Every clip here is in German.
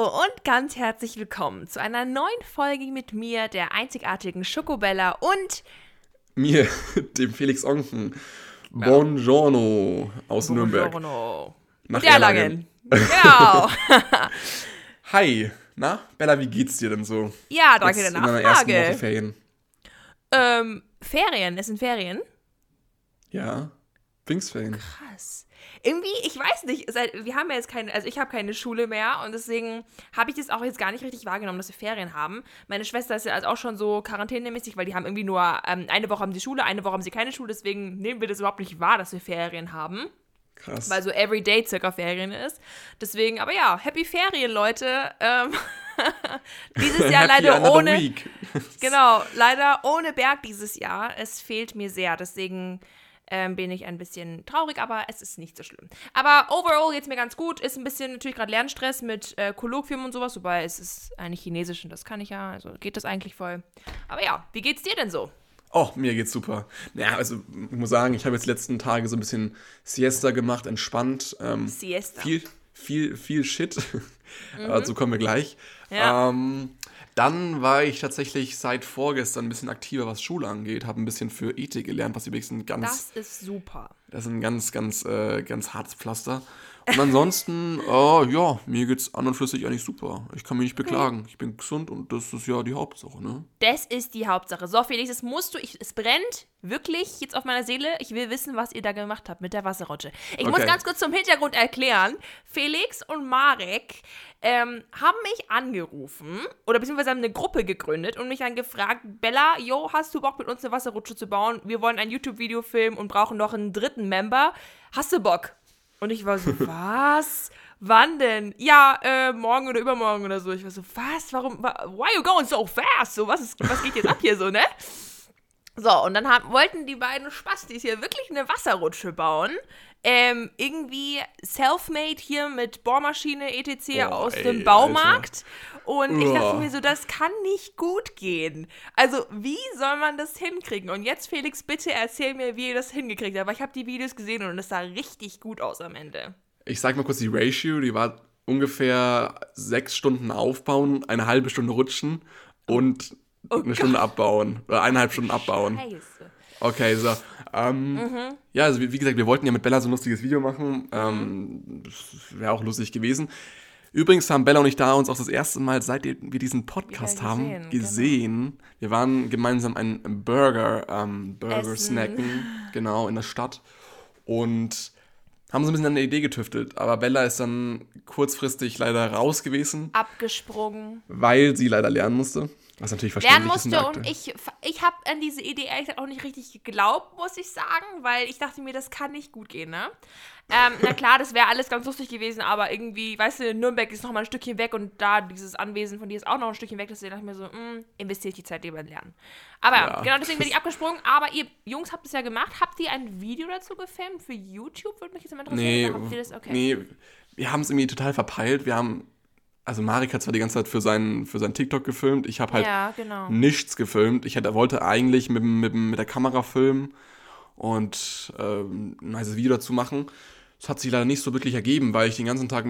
Hallo und ganz herzlich willkommen zu einer neuen Folge mit mir, der einzigartigen Schokobella und mir, dem Felix Onken. Buongiorno aus Nürnberg. Buongiorno. Nach Und Erlangen. Genau. Hi, na, Bella, wie geht's dir denn so? Ja, danke Jetzt der in deiner ersten Woche Nachfrage. Ferien. Ferien, es sind Ferien. Ja, Pfingstferien. Krass. Irgendwie, ich weiß nicht, wir haben ja jetzt ich habe keine Schule mehr und deswegen habe ich das auch jetzt gar nicht richtig wahrgenommen, dass wir Ferien haben. Meine Schwester ist ja also auch schon so quarantänemäßig, weil die haben irgendwie nur eine Woche haben sie Schule, eine Woche haben sie keine Schule, deswegen nehmen wir das überhaupt nicht wahr, dass wir Ferien haben. Krass. Weil so everyday circa Ferien ist. Deswegen, aber ja, Happy Ferien, Leute. Dieses Jahr Happy leider another ohne. week. Genau, leider ohne Berg dieses Jahr. Es fehlt mir sehr. Deswegen bin ich ein bisschen traurig, aber es ist nicht so schlimm. Aber overall geht's mir ganz gut. Ist ein bisschen natürlich gerade Lernstress mit Kolloquium und sowas, wobei es ist eigentlich Chinesisch und das kann ich ja, also geht das eigentlich voll. Aber ja, wie geht's dir denn so? Oh, mir geht's super. Ja, also ich muss sagen, ich habe jetzt die letzten Tage so ein bisschen Siesta gemacht, entspannt. Siesta. Viel Shit. Dazu kommen wir gleich. Ja. Dann war ich tatsächlich seit vorgestern ein bisschen aktiver, was Schule angeht. Habe ein bisschen für Ethik gelernt, was übrigens Das ist super. das ist ein ganz hartes Pflaster. Und ansonsten, ja, mir geht's an und für sich eigentlich super. Ich kann mich nicht beklagen. Ich bin gesund und das ist ja die Hauptsache, ne? Das ist die Hauptsache. So, Felix, es brennt wirklich jetzt auf meiner Seele. Ich will wissen, was ihr da gemacht habt mit der Wasserrutsche. Ich muss ganz kurz zum Hintergrund erklären. Felix und Marek haben mich angerufen oder beziehungsweise haben eine Gruppe gegründet und mich dann gefragt, Bella, hast du Bock mit uns eine Wasserrutsche zu bauen? Wir wollen ein YouTube-Video filmen und brauchen noch einen dritten Member. Hast du Bock? Und ich war so, was? Wann denn? Ja, morgen oder übermorgen oder so. Ich war so, was? Warum? Why you going so fast? So, was geht jetzt ab hier so, ne? So, und dann wollten die beiden Spastis hier wirklich eine Wasserrutsche bauen. Irgendwie self-made hier mit Bohrmaschine etc. aus dem Baumarkt. Alter. Und ich dachte mir so, das kann nicht gut gehen. Also, wie soll man das hinkriegen? Und jetzt, Felix, bitte erzähl mir, wie ihr das hingekriegt habt. Weil ich habe die Videos gesehen und es sah richtig gut aus am Ende. Ich sag mal kurz die Ratio, die war ungefähr 6 Stunden aufbauen, eine halbe Stunde rutschen und eine Stunde abbauen. Oder 1,5 Stunden abbauen. Scheiße. Okay, so. Ja, also wie gesagt, wir wollten ja mit Bella so ein lustiges Video machen. Wäre auch lustig gewesen. Übrigens haben Bella und ich da uns auch das erste Mal, seit wir diesen Podcast haben, gesehen. Genau. Wir waren gemeinsam einen Burger snacken, genau, in der Stadt. Und haben so ein bisschen an der Idee getüftelt. Aber Bella ist dann kurzfristig leider raus gewesen. Abgesprungen. Weil sie leider lernen musste. Was natürlich verständlich ist. Lernen musste und ich habe an diese Idee ehrlich gesagt auch nicht richtig geglaubt, muss ich sagen, weil ich dachte mir, das kann nicht gut gehen, ne? Na klar, das wäre alles ganz lustig gewesen, aber irgendwie, weißt du, Nürnberg ist noch mal ein Stückchen weg und da dieses Anwesen von dir ist auch noch ein Stückchen weg, deswegen dachte ich mir so, investiere ich die Zeit lieber in Lernen. Aber ja, genau deswegen bin ich abgesprungen, aber ihr Jungs habt es ja gemacht. Habt ihr ein Video dazu gefilmt für YouTube? Würde mich jetzt immer interessieren. Habt ihr das? Okay. Nee, wir haben es irgendwie total verpeilt. Also Marek hat zwar die ganze Zeit für sein TikTok gefilmt, ich habe halt nichts gefilmt. Wollte eigentlich mit der Kamera filmen und ein nice Video dazu machen. Das hat sich leider nicht so wirklich ergeben, weil ich den ganzen Tag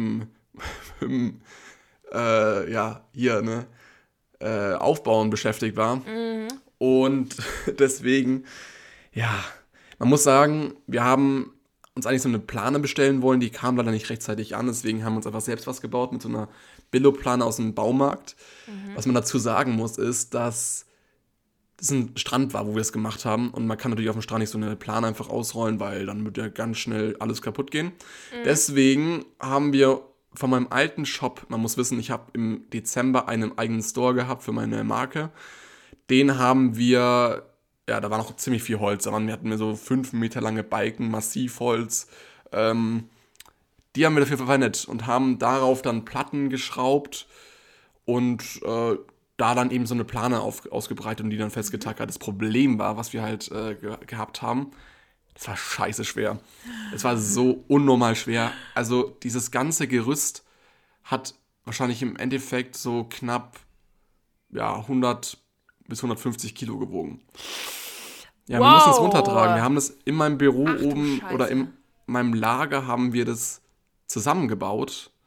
Aufbauen beschäftigt war. Mhm. Und deswegen, ja, man muss sagen, wir haben uns eigentlich so eine Plane bestellen wollen, die kam leider nicht rechtzeitig an, deswegen haben wir uns einfach selbst was gebaut mit so einer Billo-Plane aus dem Baumarkt. Mhm. Was man dazu sagen muss, ist, dass das ein Strand war, wo wir es gemacht haben und man kann natürlich auf dem Strand nicht so eine Plane einfach ausrollen, weil dann wird ja ganz schnell alles kaputt gehen. Mhm. Deswegen haben wir von meinem alten Shop, man muss wissen, ich habe im Dezember einen eigenen Store gehabt für meine Marke, den haben wir... Ja, da war noch ziemlich viel Holz. Wir hatten so 5 Meter lange Balken, Massivholz. Die haben wir dafür verwendet und haben darauf dann Platten geschraubt und da dann eben so eine Plane ausgebreitet und die dann festgetackert. Das Problem war, was wir halt gehabt haben, das war scheiße schwer. Es war so unnormal schwer. Also dieses ganze Gerüst hat wahrscheinlich im Endeffekt so knapp 100 bis 150 Kilo gewogen. Ja, wir mussten es runtertragen. Wir haben das in meinem Büro oben oder in meinem Lager haben wir das zusammengebaut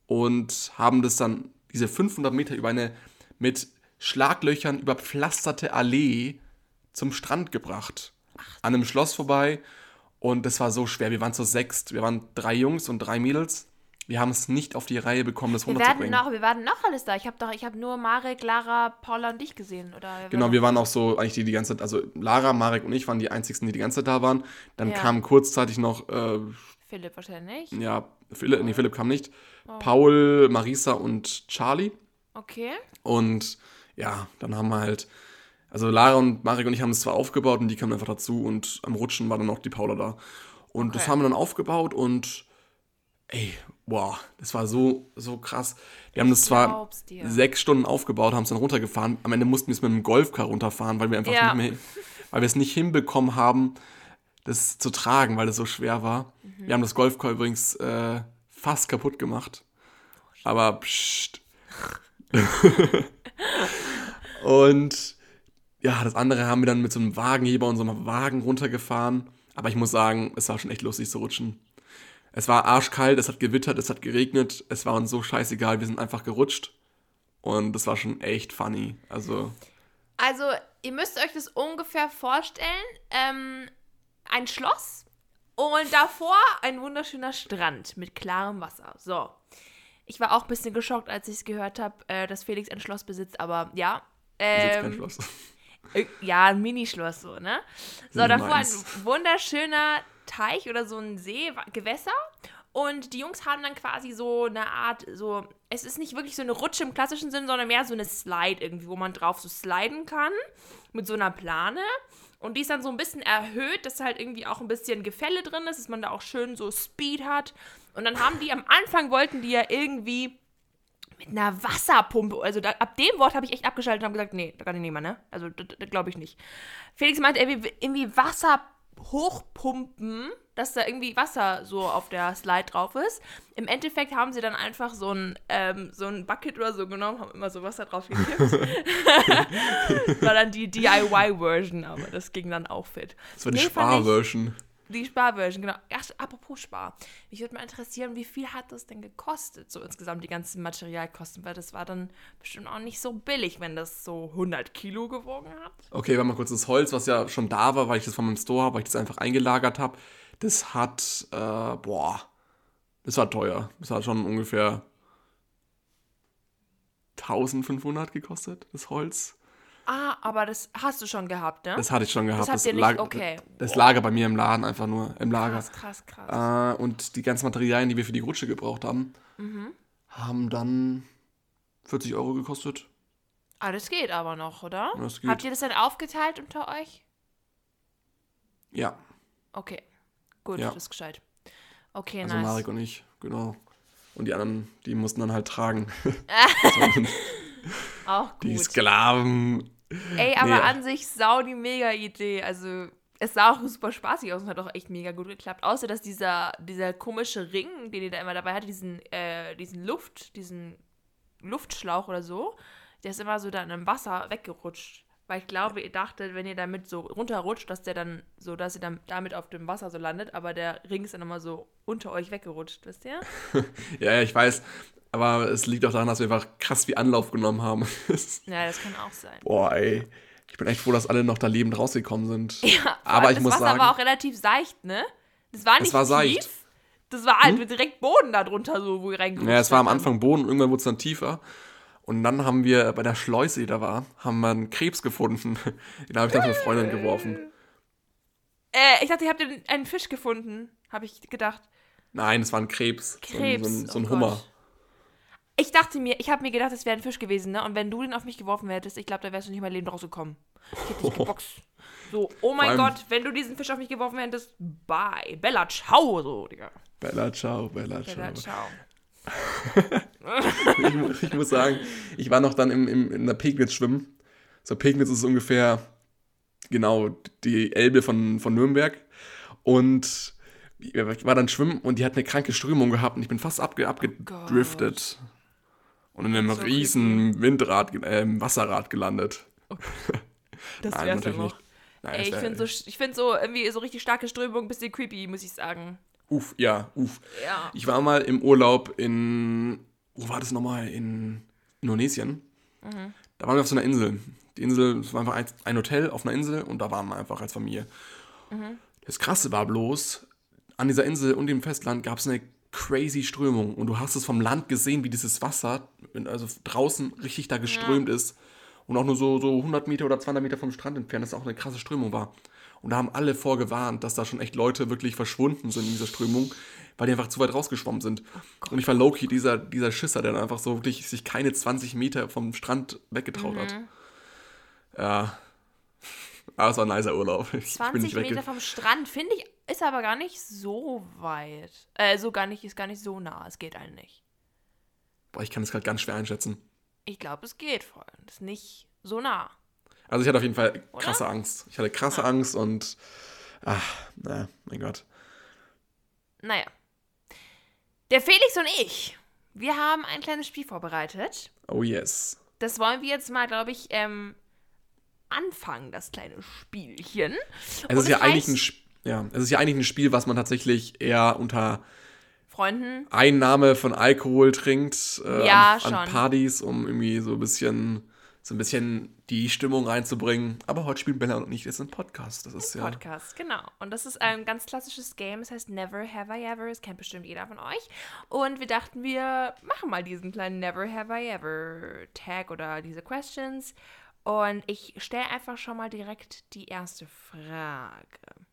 und haben das dann, diese 500 Meter über eine mit Schlaglöchern überpflasterte Allee zum Strand gebracht. An einem Schloss vorbei und das war so schwer. Wir waren zu 6, wir waren 3 Jungs und 3 Mädels. Wir haben es nicht auf die Reihe bekommen, das runterzubringen. Wir waren noch alles da. Ich habe nur Marek, Lara, Paula und dich gesehen. Oder genau, wir waren auch so eigentlich die ganze Zeit, also Lara, Marek und ich waren die einzigsten, die ganze Zeit da waren. Dann kam kurzzeitig noch Philipp wahrscheinlich. Ja, Philipp kam nicht. Paul, Marisa und Charlie. Okay. Und ja, dann haben wir halt, also Lara und Marek und ich haben es zwar aufgebaut und die kamen einfach dazu und am Rutschen war dann auch die Paula da. Und das haben wir dann aufgebaut und wow, das war so krass. Wir haben das zwar 6 Stunden aufgebaut, haben es dann runtergefahren. Am Ende mussten wir es mit einem Golfcar runterfahren, weil wir einfach weil wir es nicht hinbekommen haben, das zu tragen, weil es so schwer war. Wir haben das Golfcar übrigens fast kaputt gemacht. Aber pssst. Und ja, das andere haben wir dann mit so einem Wagenheber und so einem Wagen runtergefahren. Aber ich muss sagen, es war schon echt lustig zu rutschen. Es war arschkalt, es hat gewittert, es hat geregnet. Es war uns so scheißegal, wir sind einfach gerutscht. Und das war schon echt funny. Also, ihr müsst euch das ungefähr vorstellen. Ein Schloss und davor ein wunderschöner Strand mit klarem Wasser. So. Ich war auch ein bisschen geschockt, als ich es gehört habe, dass Felix ein Schloss besitzt, aber ja. besitzt kein Schloss. Ja, ein Minischloss so, ne? So, davor ein wunderschöner Teich oder so ein See, Gewässer. Und die Jungs haben dann quasi so eine Art, so, es ist nicht wirklich so eine Rutsche im klassischen Sinn, sondern mehr so eine Slide irgendwie, wo man drauf so sliden kann, mit so einer Plane. Und die ist dann so ein bisschen erhöht, dass halt irgendwie auch ein bisschen Gefälle drin ist, dass man da auch schön so Speed hat. Und dann haben die, am Anfang wollten die ja irgendwie mit einer Wasserpumpe, also ab dem Wort habe ich echt abgeschaltet und habe gesagt, nee, da kann ich nicht mehr, ne? Also, das glaube ich nicht. Felix meinte, irgendwie Wasser hochpumpen, dass da irgendwie Wasser so auf der Slide drauf ist. Im Endeffekt haben sie dann einfach so ein Bucket oder so genommen, haben immer so Wasser drauf gekippt. War dann die DIY-Version, aber das ging dann auch fit. Das war die Spar-Version. Die Spar-Version, genau. Ach, apropos Spar. Mich würde mal interessieren, wie viel hat das denn gekostet, so insgesamt die ganzen Materialkosten, weil das war dann bestimmt auch nicht so billig, wenn das so 100 Kilo gewogen hat. Okay, warte mal kurz, das Holz, was ja schon da war, weil ich das von meinem Store habe, weil ich das einfach eingelagert habe, das hat, das war teuer. Das hat schon ungefähr 1500 gekostet, das Holz. Ah, aber das hast du schon gehabt, ne? Das hatte ich schon gehabt. Das habt ihr nicht, okay. Das lag bei mir im Laden einfach nur, im Lager. Krass. Und die ganzen Materialien, die wir für die Rutsche gebraucht haben, haben dann 40 € gekostet. Ah, das geht aber noch, oder? Das geht. Habt ihr das dann aufgeteilt unter euch? Ja. Okay, gut, ja. das ist gescheit. Okay, also nice. Marek und ich, genau. Und die anderen, die mussten dann halt tragen. Auch gut. Die Sklaven. Ey, aber an sich sau die Mega-Idee. Also, es sah auch super spaßig aus und hat auch echt mega gut geklappt. Außer, dass dieser komische Ring, den ihr da immer dabei hatte, diesen Luftschlauch oder so, der ist immer so dann im Wasser weggerutscht. Weil ich glaube, ihr dachtet, wenn ihr damit so runterrutscht, dass ihr dann damit auf dem Wasser so landet, aber der Ring ist dann immer so unter euch weggerutscht, wisst ihr? Ja, ich weiß. Aber es liegt auch daran, dass wir einfach krass wie Anlauf genommen haben. Ja, das kann auch sein. Boah, ey. Ich bin echt froh, dass alle noch da lebend rausgekommen sind. Ja, aber ich muss sagen, das Wasser war auch relativ seicht, ne? Das war nicht tief. Seicht. Das war halt direkt Boden da drunter, so, wo ihr reingerutscht Ja, es war am Anfang Boden und irgendwann wurde es dann tiefer. Und dann haben wir bei der Schleuse, die da war, haben wir einen Krebs gefunden. Den habe ich dann auf eine Freundin geworfen. Ich dachte, ihr habt einen Fisch gefunden, habe ich gedacht. Nein, es war ein Krebs. So ein Hummer. Gott. Ich habe mir gedacht, es wäre ein Fisch gewesen, ne? Und wenn du den auf mich geworfen hättest, ich glaube, da wärst du nicht mehr lebend rausgekommen. Ich hätte dich geboxt. So, oh mein Gott, wenn du diesen Fisch auf mich geworfen hättest, bye. Bella ciao, so, Digga. Bella ciao. Ich muss sagen, ich war noch dann in der Pegnitz schwimmen. So, Pegnitz ist ungefähr, genau, die Elbe von Nürnberg. Und ich war dann schwimmen und die hat eine kranke Strömung gehabt und ich bin fast abgedriftet. Und in einem riesen Wasserrad gelandet. Okay. Das Nein, wär's natürlich ja noch. nicht. Nein, ich finde so irgendwie so richtig starke Strömung ein bisschen creepy, muss ich sagen. Ja. Ich war mal im Urlaub in wo war das nochmal? In Indonesien. Da waren wir auf so einer Insel. Die Insel, es war einfach ein Hotel auf einer Insel und da waren wir einfach als Familie. Das Krasse war bloß, an dieser Insel und dem Festland gab es eine crazy Strömung und du hast es vom Land gesehen, wie dieses Wasser, also draußen richtig da geströmt ist und auch nur so 100 Meter oder 200 Meter vom Strand entfernt, dass auch eine krasse Strömung war. Und da haben alle vorgewarnt, dass da schon echt Leute wirklich verschwunden sind in dieser Strömung, weil die einfach zu weit rausgeschwommen sind. Und ich war low-key dieser Schisser, der dann einfach so wirklich sich keine 20 Meter vom Strand weggetraut hat. Ja, aber es war ein nicer Urlaub. Ich bin 20 nicht Meter vom Strand, finde ich, ist aber gar nicht so weit. Ist gar nicht so nah. Es geht eigentlich nicht. Boah, ich kann das gerade ganz schwer einschätzen. Ich glaube, es geht voll. Das ist nicht so nah. Also ich hatte auf jeden Fall krasse Angst. Ich hatte krasse Angst und mein Gott. Naja. Der Felix und ich, wir haben ein kleines Spiel vorbereitet. Oh yes. Das wollen wir jetzt mal, glaube ich, anfangen, das kleine Spielchen. Es ist ja eigentlich ein Spiel, was man tatsächlich eher unter Freunden Einnahme von Alkohol trinkt, schon. Partys, um irgendwie so ein bisschen die Stimmung reinzubringen. Aber heute spielen Bella und ich jetzt einen Podcast. Das ist Podcast, genau. Und das ist ein ganz klassisches Game. Es heißt Never Have I Ever. Das kennt bestimmt jeder von euch. Und wir dachten, wir machen mal diesen kleinen Never Have I Ever Tag oder diese Questions. Und ich stelle einfach schon mal direkt die erste Frage.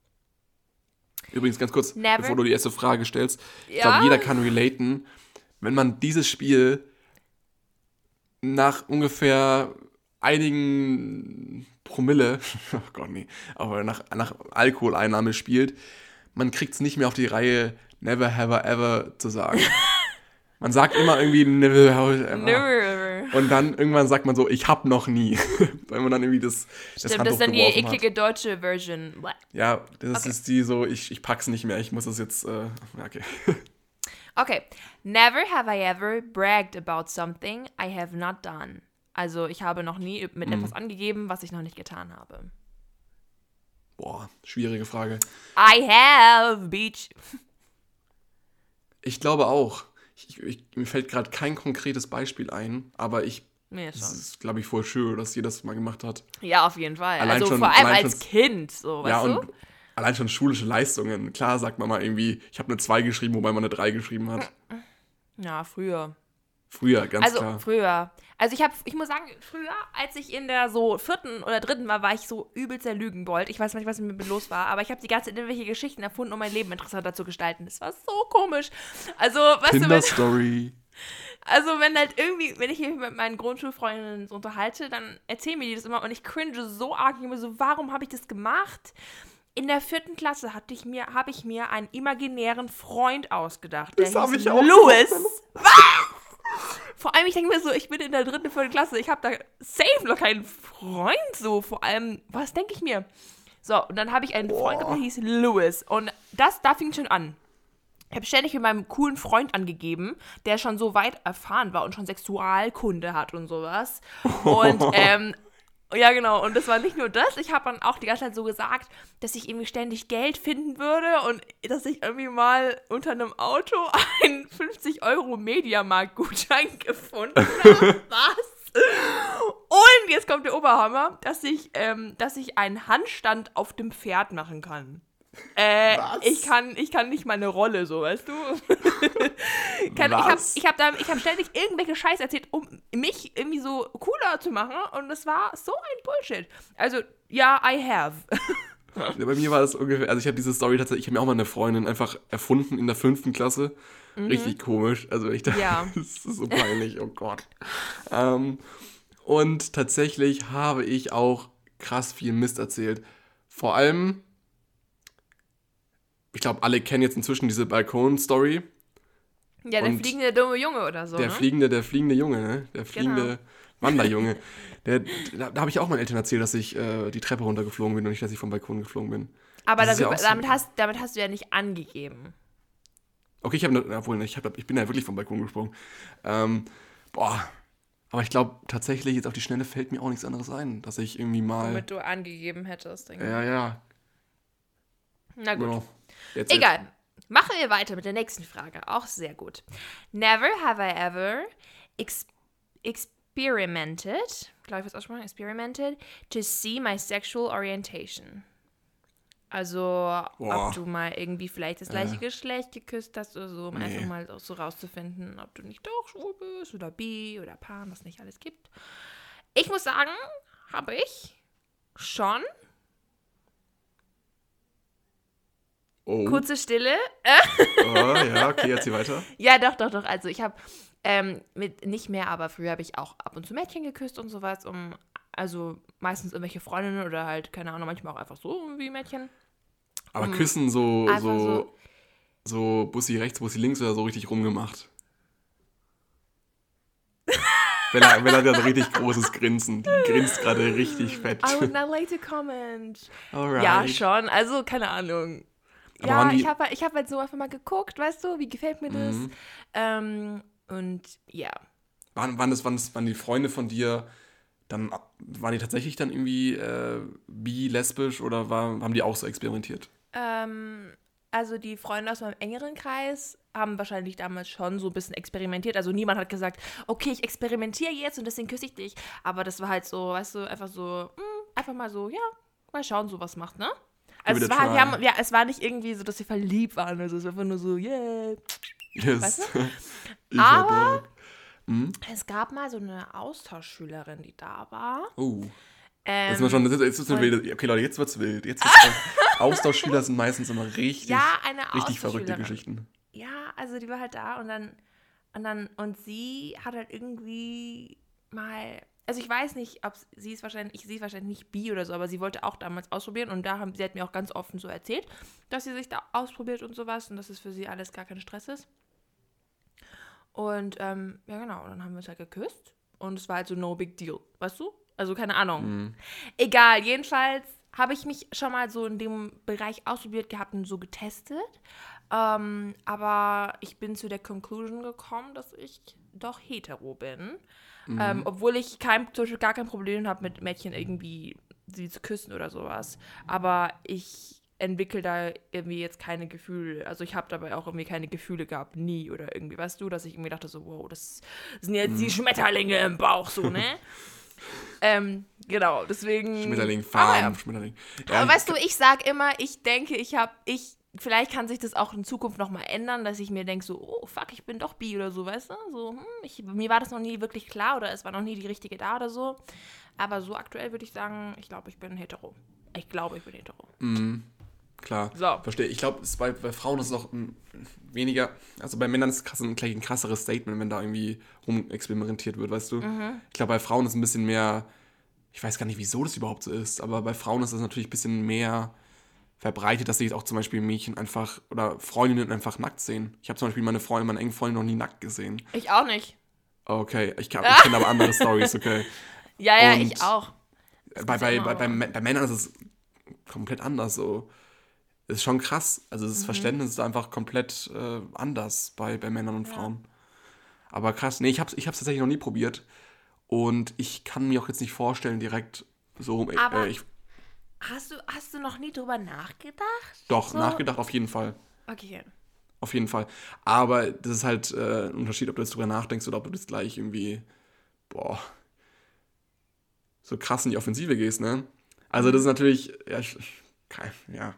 Übrigens ganz kurz, bevor du die erste Frage stellst. Ich glaube, jeder kann relaten, wenn man dieses Spiel nach ungefähr einigen Promille, oh Gott, nee, aber nach Alkoholeinnahme spielt, man kriegt es nicht mehr auf die Reihe, never have I ever zu sagen. Man sagt immer irgendwie never have I ever. Never. Und dann irgendwann sagt man so, ich hab noch nie. Weil man dann irgendwie das Stimmt, Handtuch das ist dann die geworfen eklige hat. deutsche Version. What? Ja, das ist die so, ich pack's nicht mehr, ich muss das jetzt, okay. Okay. Never have I ever bragged about something I have not done. Also ich habe noch nie mit etwas angegeben, was ich noch nicht getan habe. Boah, schwierige Frage. I have, Beach. Ich glaube auch. Mir fällt gerade kein konkretes Beispiel ein, aber Mir es schon. ist, glaube ich, voll schön, dass jeder das mal gemacht hat. Ja, auf jeden Fall. Allein Also schon- vor allem allein als schon- Kind, so, Ja, weißt du? und allein schon schulische Leistungen. Klar sagt man mal irgendwie, ich habe eine 2 geschrieben, wobei man eine 3 geschrieben hat. Ja, früher. Früher, ganz klar. Früher. Also ich muss sagen, früher, als ich in der so 4. oder 3. war ich so übelst der Lügenbold. Ich weiß nicht, was mit mir los war, aber ich habe die ganze Zeit irgendwelche Geschichten erfunden, um mein Leben interessanter zu gestalten. Das war so komisch. Also, weißt du, Tinder-Story. wenn halt irgendwie, wenn ich mich mit meinen Grundschulfreundinnen so unterhalte, dann erzählen mir die das immer und ich cringe so arg. Ich immer so, warum habe ich das gemacht? In der 4. Klasse habe ich mir einen imaginären Freund ausgedacht. Der Das habe hieß ich auch Louis. gemacht. Vor allem, ich denke mir so, ich bin in der 3., 4. Klasse, ich habe da safe noch keinen Freund so. Vor allem, was denke ich mir? So, und dann habe ich einen Freund gehabt, der hieß Louis. Und da fing schon an. Ich habe ständig mit meinem coolen Freund angegeben, der schon so weit erfahren war und schon Sexualkunde hat und sowas. Und, ja, genau. Und das war nicht nur das. Ich habe dann auch die ganze Zeit so gesagt, dass ich irgendwie ständig Geld finden würde und dass ich irgendwie mal unter einem Auto einen 50-Euro-Mediamarkt-Gutschein gefunden habe. Was? Und jetzt kommt der Oberhammer, dass ich einen Handstand auf dem Pferd machen kann. Was? Ich kann nicht meine Rolle, so, weißt du? Was? Ich hab ständig irgendwelche Scheiß erzählt, um mich irgendwie so cooler zu machen und es war so ein Bullshit. Also, ja, I have. Ja, bei mir war das ungefähr, also ich habe diese Story tatsächlich, ich habe mir auch mal eine Freundin einfach erfunden in der 5. Klasse. Richtig komisch, also echt, Ja. das ist so peinlich, oh Gott. Und tatsächlich habe ich auch krass viel Mist erzählt. Vor allem, ich glaube, alle kennen jetzt inzwischen diese Balkon-Story. Ja, der Und fliegende dumme Junge oder so, Der ne? fliegende Junge, ne? Der fliegende Wanderjunge. Da habe ich auch meinen Eltern erzählt, dass ich die Treppe runtergeflogen bin und nicht, dass ich vom Balkon geflogen bin. Aber Das ist ja auch so- damit hast du ja nicht angegeben. Okay, ich bin ja wirklich vom Balkon gesprungen. Aber ich glaube, tatsächlich, jetzt auf die Schnelle fällt mir auch nichts anderes ein, dass ich irgendwie mal... Womit du angegeben hättest. Denke ich. Ja. Na gut. Genau. Jetzt. Egal. Machen wir weiter mit der nächsten Frage. Auch sehr gut. Never have I ever experimented, glaube ich, was aussprechen, experimented to see my sexual orientation. Also, ob du mal irgendwie vielleicht das gleiche Geschlecht geküsst hast oder so, um einfach mal so rauszufinden, ob du nicht doch schwul bist oder bi oder pan, was nicht alles gibt. Ich muss sagen, habe ich schon. Kurze Stille. Ja, okay, erzähl weiter. Ja, doch. Also ich habe nicht mehr, aber früher habe ich auch ab und zu Mädchen geküsst und sowas, also meistens irgendwelche Freundinnen oder halt, keine Ahnung, manchmal auch einfach so wie Mädchen. Aber Küssen so Bussi rechts, Bussi links oder so richtig rumgemacht? Bella hat ja ein richtig großes Grinsen. Die grinst gerade richtig fett. I would not like to comment. Alright. Ja, schon. Also, keine Ahnung. Aber ich hab halt so einfach mal geguckt, weißt du, wie gefällt mir das? Und ja. Waren die Freunde von dir, dann waren die tatsächlich dann irgendwie bi, lesbisch oder haben die auch so experimentiert? Also die Freunde aus meinem engeren Kreis haben wahrscheinlich damals schon so ein bisschen experimentiert. Also niemand hat gesagt, okay, ich experimentiere jetzt und deswegen küsse ich dich. Aber das war halt so, weißt du, einfach so, einfach mal so, ja, mal schauen, so was macht, ne? Also es war nicht irgendwie so, dass wir verliebt waren. Also es war einfach nur so, yeah. Yes. Weißt du? Aber es gab mal so eine Austauschschülerin, die da war. Oh. Jetzt okay, Leute, jetzt wird's wild. Austauschschüler sind meistens immer richtig verrückte Geschichten. Ja, also die war halt da und sie hat halt irgendwie mal, also ich weiß nicht, ob sie ist wahrscheinlich nicht bi oder so, aber sie wollte auch damals ausprobieren und sie hat mir auch ganz offen so erzählt, dass sie sich da ausprobiert und sowas und dass es für sie alles gar kein Stress ist. Und ja genau, dann haben wir uns halt geküsst und es war halt so no big deal, weißt du? Also keine Ahnung. Egal, jedenfalls habe ich mich schon mal so in dem Bereich ausprobiert gehabt und so getestet. Aber ich bin zu der Conclusion gekommen, dass ich doch hetero bin. Obwohl ich zum Beispiel gar kein Problem habe, mit Mädchen irgendwie sie zu küssen oder sowas. Aber ich entwickle da irgendwie jetzt keine Gefühle. Also ich habe dabei auch irgendwie keine Gefühle gehabt, nie oder irgendwie, weißt du, dass ich irgendwie dachte so, wow, das sind jetzt die Schmetterlinge im Bauch, so, ne? Genau, deswegen. Schmetterling. Ja, aber weißt du, ich sag immer, ich denke, vielleicht kann sich das auch in Zukunft nochmal ändern, dass ich mir denke so, oh fuck, ich bin doch bi oder so, weißt du? So, mir war das noch nie wirklich klar oder es war noch nie die richtige da oder so. Aber so aktuell würde ich sagen, ich glaube, ich bin hetero. Klar, so. Verstehe. Ich glaube, bei Frauen ist es auch weniger, also bei Männern ist es ein krasseres Statement, wenn da irgendwie rumexperimentiert wird, weißt du? Ich glaube, bei Frauen ist es ein bisschen mehr, ich weiß gar nicht, wieso das überhaupt so ist, aber bei Frauen ist es natürlich ein bisschen mehr verbreitet, dass sich auch zum Beispiel Mädchen einfach oder Freundinnen einfach nackt sehen. Ich habe zum Beispiel meine engen Freunde noch nie nackt gesehen. Ich auch nicht. Okay, ich kenne aber andere Storys, okay. Ja, ich auch. Bei Männern ist es komplett anders so. Das ist schon krass. Also das Verständnis ist einfach komplett anders bei Männern und Frauen. Aber krass. Nee, ich hab's tatsächlich noch nie probiert. Und ich kann mir auch jetzt nicht vorstellen, direkt so... Aber hast du noch nie drüber nachgedacht? Doch, so? Nachgedacht auf jeden Fall. Okay. Auf jeden Fall. Aber das ist halt ein Unterschied, ob du jetzt drüber nachdenkst oder ob du jetzt gleich irgendwie, so krass in die Offensive gehst, ne? Also das ist natürlich, ja.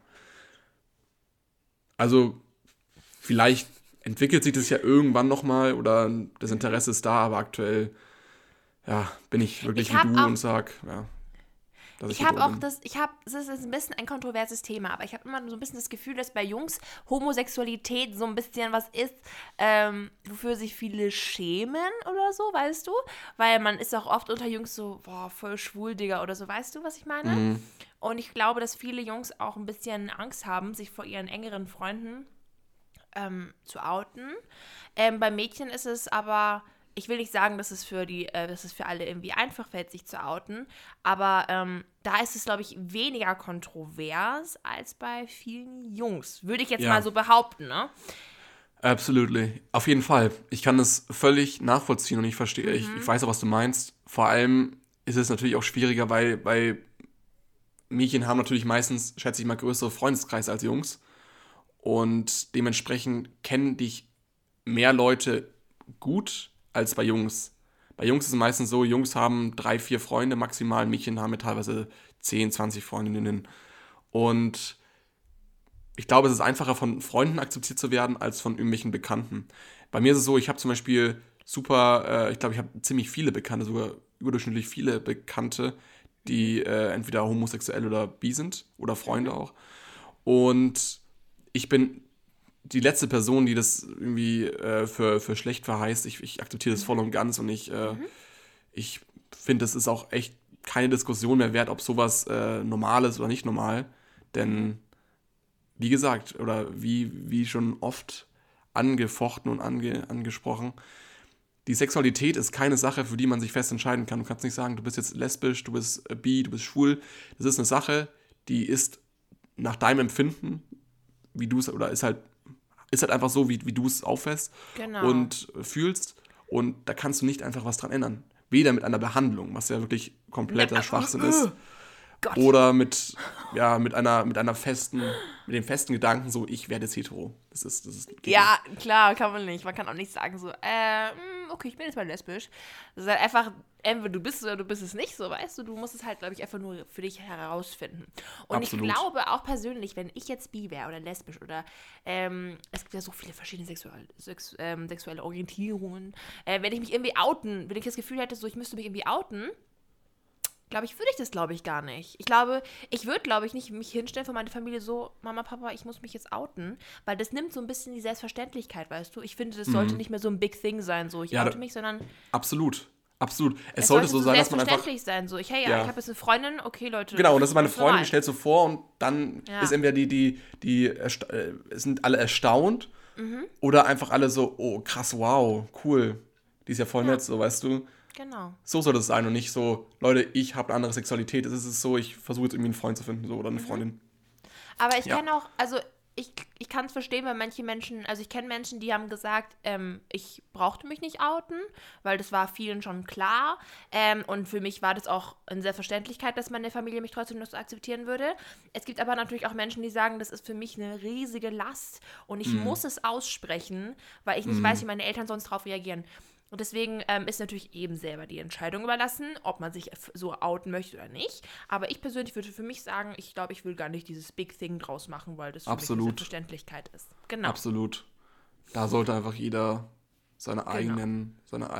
Also vielleicht entwickelt sich das ja irgendwann nochmal oder das Interesse ist da, aber aktuell, bin ich wirklich wie du und sag, dass ich das ist ein bisschen ein kontroverses Thema, aber ich habe immer so ein bisschen das Gefühl, dass bei Jungs Homosexualität so ein bisschen was ist, wofür sich viele schämen oder so, weißt du? Weil man ist auch oft unter Jungs so, voll schwul, Digga, oder so, weißt du, was ich meine? Und ich glaube, dass viele Jungs auch ein bisschen Angst haben, sich vor ihren engeren Freunden zu outen. Bei Mädchen ist es aber, ich will nicht sagen, dass es für alle irgendwie einfach fällt, sich zu outen, aber da ist es, glaube ich, weniger kontrovers als bei vielen Jungs. Würde ich jetzt mal so behaupten, ne? Absolutely. Auf jeden Fall. Ich kann das völlig nachvollziehen und ich verstehe, ich weiß auch, was du meinst. Vor allem ist es natürlich auch schwieriger, weil Mädchen haben natürlich meistens, schätze ich mal, größere Freundeskreise als Jungs. Und dementsprechend kennen dich mehr Leute gut als bei Jungs. Bei Jungs ist es meistens so, Jungs haben 3, 4 Freunde maximal, Mädchen haben ja teilweise 10, 20 Freundinnen. Und ich glaube, es ist einfacher, von Freunden akzeptiert zu werden, als von irgendwelchen Bekannten. Bei mir ist es so, ich habe zum Beispiel ich glaube, ich habe ziemlich viele Bekannte, sogar überdurchschnittlich viele Bekannte, die entweder homosexuell oder bi sind oder Freunde auch. Und ich bin die letzte Person, die das irgendwie für schlecht verheißt. Ich akzeptiere das voll und ganz und ich finde, es ist auch echt keine Diskussion mehr wert, ob sowas normal ist oder nicht normal. Denn, wie gesagt, oder wie schon oft angefochten und angesprochen, die Sexualität ist keine Sache, für die man sich fest entscheiden kann. Du kannst nicht sagen, du bist jetzt lesbisch, du bist bi, du bist schwul. Das ist eine Sache, die ist nach deinem Empfinden, wie du es, oder ist halt einfach so, wie du es auffasst und fühlst. Und da kannst du nicht einfach was dran ändern. Weder mit einer Behandlung, was ja wirklich kompletter Schwachsinn ist, Gott. oder mit dem festen Gedanken, so, ich werde jetzt hetero. Das geht Ja, klar, kann man nicht. Man kann auch nicht sagen so, okay, ich bin jetzt mal lesbisch. Das ist halt einfach, entweder du bist es oder du bist es nicht, so, weißt du. Du musst es halt, glaube ich, einfach nur für dich herausfinden. Und Absolut. Ich glaube auch persönlich, wenn ich jetzt bi wäre oder lesbisch oder, es gibt ja so viele verschiedene sexuelle Orientierungen, wenn ich mich irgendwie outen, wenn ich das Gefühl hätte, so, ich müsste mich irgendwie outen, glaube ich, würde ich das, glaube ich, gar nicht. Ich glaube, ich würde, glaube ich, nicht mich hinstellen für meine Familie so, Mama, Papa, ich muss mich jetzt outen, weil das nimmt so ein bisschen die Selbstverständlichkeit, weißt du? Ich finde, das sollte nicht mehr so ein Big Thing sein, so, ich oute mich, sondern Absolut. Es sollte so sein, dass man einfach... selbstverständlich sein, so, ich habe jetzt eine Freundin, okay, Leute. Genau, und das ist meine Freundin, die stellst du vor und dann ist entweder sind alle erstaunt oder einfach alle so, oh, krass, wow, cool, die ist ja voll nett, so, weißt du? Genau. So soll das sein und nicht so, Leute, ich habe eine andere Sexualität. Es ist so, ich versuche jetzt irgendwie einen Freund zu finden so, oder eine Freundin. Aber ich kenne auch, also ich kann es verstehen, weil manche Menschen, also ich kenne Menschen, die haben gesagt, ich brauchte mich nicht outen, weil das war vielen schon klar. Und für mich war das auch eine Selbstverständlichkeit, dass meine Familie mich trotzdem noch so akzeptieren würde. Es gibt aber natürlich auch Menschen, die sagen, das ist für mich eine riesige Last und ich muss es aussprechen, weil ich nicht weiß, wie meine Eltern sonst darauf reagieren. Und deswegen ist natürlich eben selber die Entscheidung überlassen, ob man sich so outen möchte oder nicht. Aber ich persönlich würde für mich sagen, ich glaube, ich will gar nicht dieses Big Thing draus machen, weil das für mich eine Selbstverständlichkeit ist. Genau. Absolut. Da sollte einfach jeder seine eigenen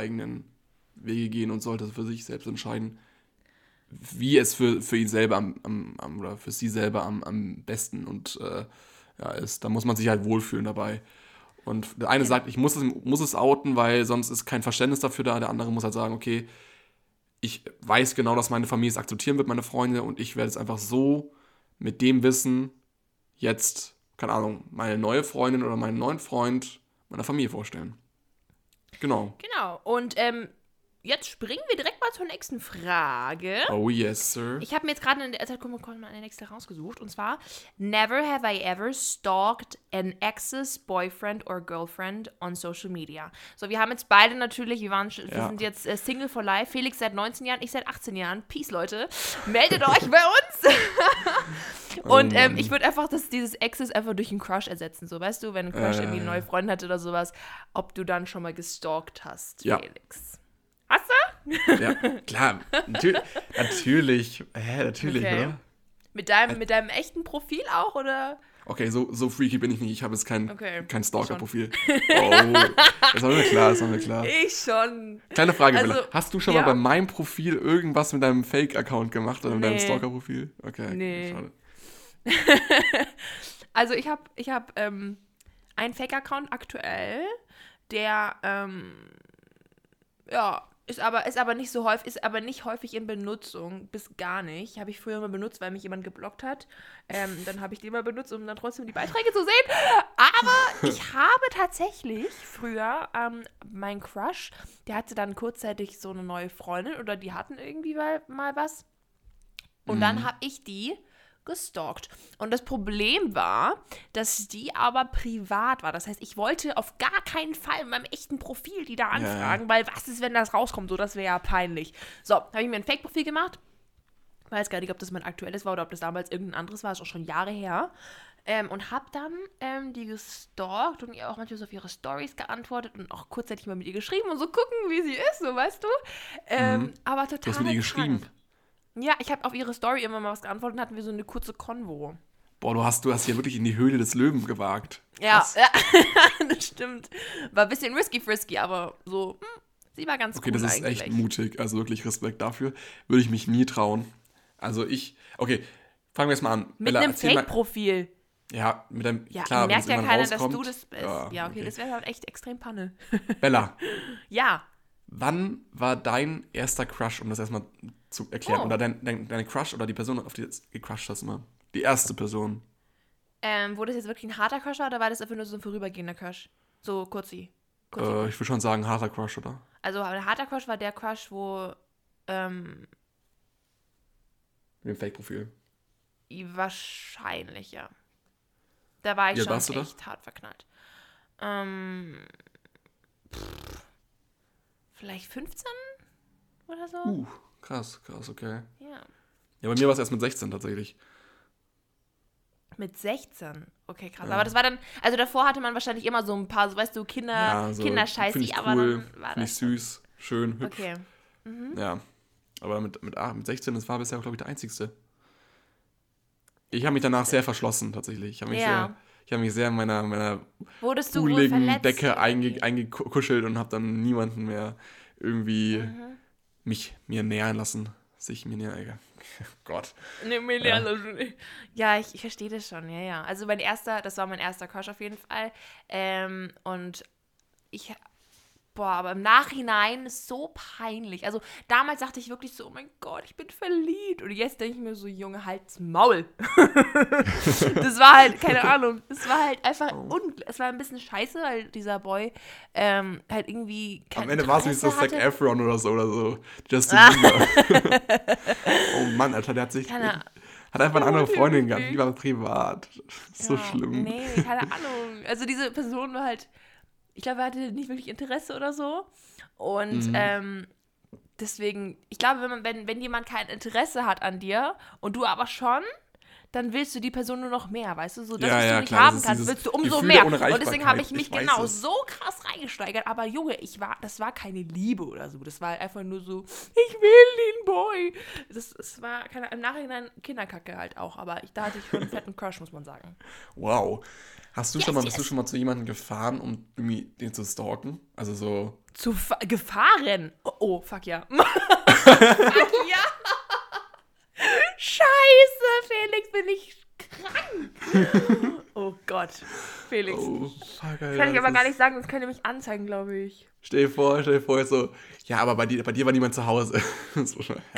Wege gehen und sollte für sich selbst entscheiden, wie es für ihn selber oder für sie selber am besten und ist. Da muss man sich halt wohlfühlen dabei. Und der eine sagt, ich muss es outen, weil sonst ist kein Verständnis dafür da. Der andere muss halt sagen, okay, ich weiß genau, dass meine Familie es akzeptieren wird, meine Freunde, und ich werde es einfach so mit dem Wissen jetzt, keine Ahnung, meine neue Freundin oder meinen neuen Freund meiner Familie vorstellen. Genau. Genau. Und jetzt springen wir direkt mal zur nächsten Frage. Oh yes, sir. Ich habe mir jetzt gerade eine nächste rausgesucht. Und zwar, never have I ever stalked an ex's boyfriend or girlfriend on social media. So, wir haben jetzt beide natürlich, wir sind jetzt Single for life. Felix seit 19 Jahren, ich seit 18 Jahren. Peace, Leute. Meldet euch bei uns. Und ich würde einfach dieses Exes einfach durch einen Crush ersetzen. So, weißt du, wenn ein Crush irgendwie eine neue Freundin hatte oder sowas, ob du dann schon mal gestalkt hast, Felix. Hast du? Ja, klar. Natürlich. Natürlich, okay. Oder? Mit deinem echten Profil auch, oder? Okay, so freaky bin ich nicht. Ich habe jetzt kein Stalker-Profil. Oh, das war mir klar. Ich schon. Kleine Frage, Bella. Hast du schon mal bei meinem Profil irgendwas mit deinem Fake-Account gemacht oder mit deinem Stalker-Profil? Okay, nee. Schade. Also ich hab einen Fake-Account aktuell, der ist aber nicht so häufig, ist aber nicht häufig in Benutzung, bis gar nicht. Habe ich früher mal benutzt, weil mich jemand geblockt hat. Dann habe ich den mal benutzt, um dann trotzdem die Beiträge zu sehen. Aber ich habe tatsächlich früher meinen Crush, der hatte dann kurzzeitig so eine neue Freundin oder die hatten irgendwie mal was. Und dann habe ich die gestalkt. Und das Problem war, dass die aber privat war. Das heißt, ich wollte auf gar keinen Fall in meinem echten Profil die da anfragen, weil was ist, wenn das rauskommt? So, das wäre ja peinlich. So, habe ich mir ein Fake-Profil gemacht. weiß gar nicht, ob das mein aktuelles war oder ob das damals irgendein anderes war, ist auch schon Jahre her. Und habe dann die gestalkt und ihr auch manchmal so auf ihre Stories geantwortet und auch kurzzeitig mal mit ihr geschrieben und so gucken, wie sie ist, so weißt du. Aber total Du hast mit ihr geschrieben? Ja, ich habe auf ihre Story immer mal was geantwortet und hatten wir so eine kurze Konvo. Boah, du hast hier wirklich in die Höhle des Löwen gewagt. Ja, das stimmt. War ein bisschen risky, aber so, sie war ganz cool eigentlich. Okay, das ist echt mutig, also wirklich Respekt dafür. Würde ich mich nie trauen. Also okay, fangen wir jetzt mal an. Mit einem Fake-Profil. Ja, mit einem, ja, klar, merkt ja keiner, dass du das bist. Ja, okay, das wäre halt echt extrem Panne. Bella. Ja. Wann war dein erster Crush, um das erstmal zu erklären? Oder deine Crush oder die Person, auf die du jetzt gecrusht hast immer? Die erste Person. Wurde das jetzt wirklich ein harter Crush oder war das einfach nur so ein vorübergehender Crush? So kurzi. Ich würde schon sagen, harter Crush, oder? Also ein harter Crush war der Crush, wo mit dem Fake-Profil. Wahrscheinlich, ja. Da war ich schon echt hart verknallt. Vielleicht 15 oder so? Krass, okay. Ja. Ja, bei mir war es erst mit 16 tatsächlich. Mit 16? Okay, krass. Ja. Aber das war dann, also davor hatte man wahrscheinlich immer so ein paar, so, weißt du, Kinderscheiße, cool, aber dann war das. Finde ich süß, schön, hübsch. Okay. Mhm. Ja, aber mit 16, das war bisher, glaube ich, der einzigste. Ich habe mich danach sehr verschlossen, tatsächlich. Ich habe mich sehr in meiner buhligen Decke eingekuschelt und habe dann niemanden mehr irgendwie mir nähern lassen. Gott. Ja, ich verstehe das schon, ja. Also das war mein erster Crush auf jeden Fall. Und aber im Nachhinein ist so peinlich. Also damals dachte ich wirklich so, oh mein Gott, ich bin verliebt. Und jetzt denke ich mir so, Junge, halt's Maul. Das war halt, keine Ahnung, es war halt einfach, es war ein bisschen scheiße, weil dieser Boy halt irgendwie am Ende war es wie so Zac Efron oder so. Justin Bieber. Oh Mann, Alter, der hat einfach eine andere Freundin gehabt, die war privat. So schlimm. Nee, keine Ahnung. Also diese Person war halt, ich glaube, er hatte nicht wirklich Interesse oder so. Und deswegen, ich glaube, wenn jemand kein Interesse hat an dir und du aber schon, dann willst du die Person nur noch mehr, weißt du? So, das, was du nicht haben kannst, willst du umso mehr. Und deswegen habe ich mich so krass reingesteigert. Aber Junge, das war keine Liebe oder so. Das war einfach nur so, ich will den Boy. Das war im Nachhinein Kinderkacke halt auch. Aber da hatte ich schon einen fetten Crush, muss man sagen. Wow. Bist du schon mal zu jemandem gefahren, um irgendwie den zu stalken? Also so... Gefahren? Oh, fuck ja. Fuck ja. Scheiße, Felix, bin ich krank. Oh Gott, Felix. Oh, fuck, Alter, kann ich aber gar nicht sagen, sonst könnt ihr mich anzeigen, glaube ich. Stell dir vor, jetzt so, ja, aber bei dir war niemand zu Hause. So,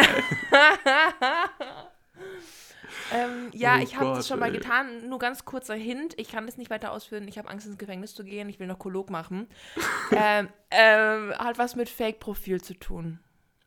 ja, ich habe das schon mal getan. Nur ganz kurzer Hint. Ich kann das nicht weiter ausführen. Ich habe Angst, ins Gefängnis zu gehen. Ich will noch Kolog machen. Hat was mit Fake-Profil zu tun.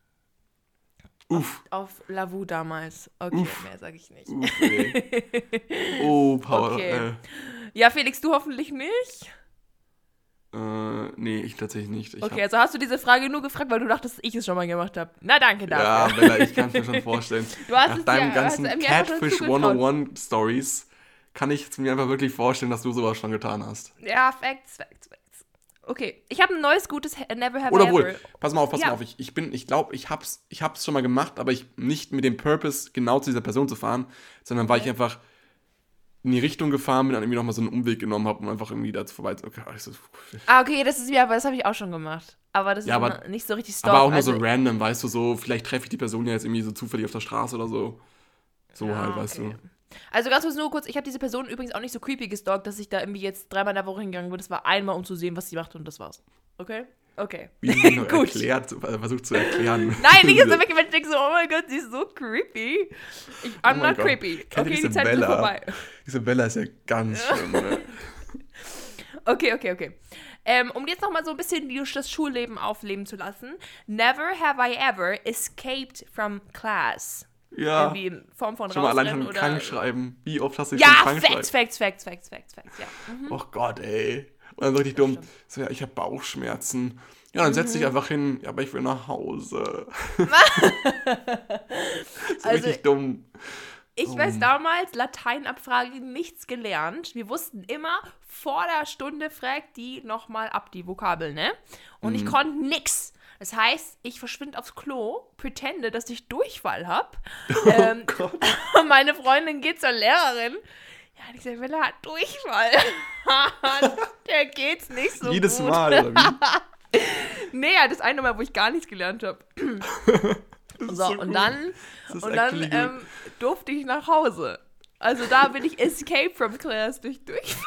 Auf Lavu damals. Okay, mehr sage ich nicht. Oh, Paul. Okay. Ja, Felix, du hoffentlich nicht? Nee, ich tatsächlich nicht. Also hast du diese Frage nur gefragt, weil du dachtest, dass ich es schon mal gemacht habe. Na, danke dafür. Ja, Bella, ich kann es mir schon vorstellen. Nach deinen ganzen Catfish 101 Stories kann ich mir einfach wirklich vorstellen, dass du sowas schon getan hast. Ja, Facts. Okay, ich habe ein neues, gutes Never Have Oder Ever. wohl, pass mal auf. Ich glaube, ich hab's schon mal gemacht, aber nicht mit dem Purpose, genau zu dieser Person zu fahren, sondern weil ich einfach in die Richtung gefahren bin und irgendwie nochmal so einen Umweg genommen habe, um einfach irgendwie dazu vorbei zu... Okay, okay, das habe ich auch schon gemacht. Aber das ist nicht so richtig stalk. Aber auch nur so random, weißt du, so, vielleicht treffe ich die Person ja jetzt irgendwie so zufällig auf der Straße oder so. So halt, weißt du. Also ganz kurz, ich habe diese Person übrigens auch nicht so creepy gestalkt, dass ich da irgendwie jetzt 3-mal in der Woche hingegangen bin. Das war einmal, um zu sehen, was sie macht und das war's. Okay? Wie sie noch versucht zu erklären. Nein, nicht so weg, wenn ich denke so, oh mein Gott, sie ist so creepy. I'm not creepy. Okay, die Zeit ist vorbei. Diese Bella ist ja ganz schlimm, ne? Okay. Um jetzt nochmal so ein bisschen das Schulleben aufleben zu lassen. Never have I ever escaped from class. Ja. Irgendwie in Form von schon mal allein von oder Krankschreiben. Wie oft hast du dich schon krankschreiben? Facts, ja. Oh Gott, ey. Und dann so richtig dumm. So, ja, ich habe Bauchschmerzen. Ja, dann setz dich einfach hin. Ja, aber ich will nach Hause. Das ist Also, richtig dumm. ich weiß damals, Lateinabfrage, nichts gelernt. Wir wussten immer, vor der Stunde fragt die nochmal ab, die Vokabel, ne? Und ich konnte nix. Das heißt, ich verschwinde aufs Klo, pretende, dass ich Durchfall habe. Gott. Meine Freundin geht zur Lehrerin. Ja, und ich sage, Wille hat Durchfall. Der geht's nicht so Jedes gut. Mal, oder wie? Nee, ja, das eine Mal, wo ich gar nichts gelernt habe. So, und gut. dann, Das ist und actually dann gut. durfte ich nach Hause. Also da bin ich escape from class durch Durchfall.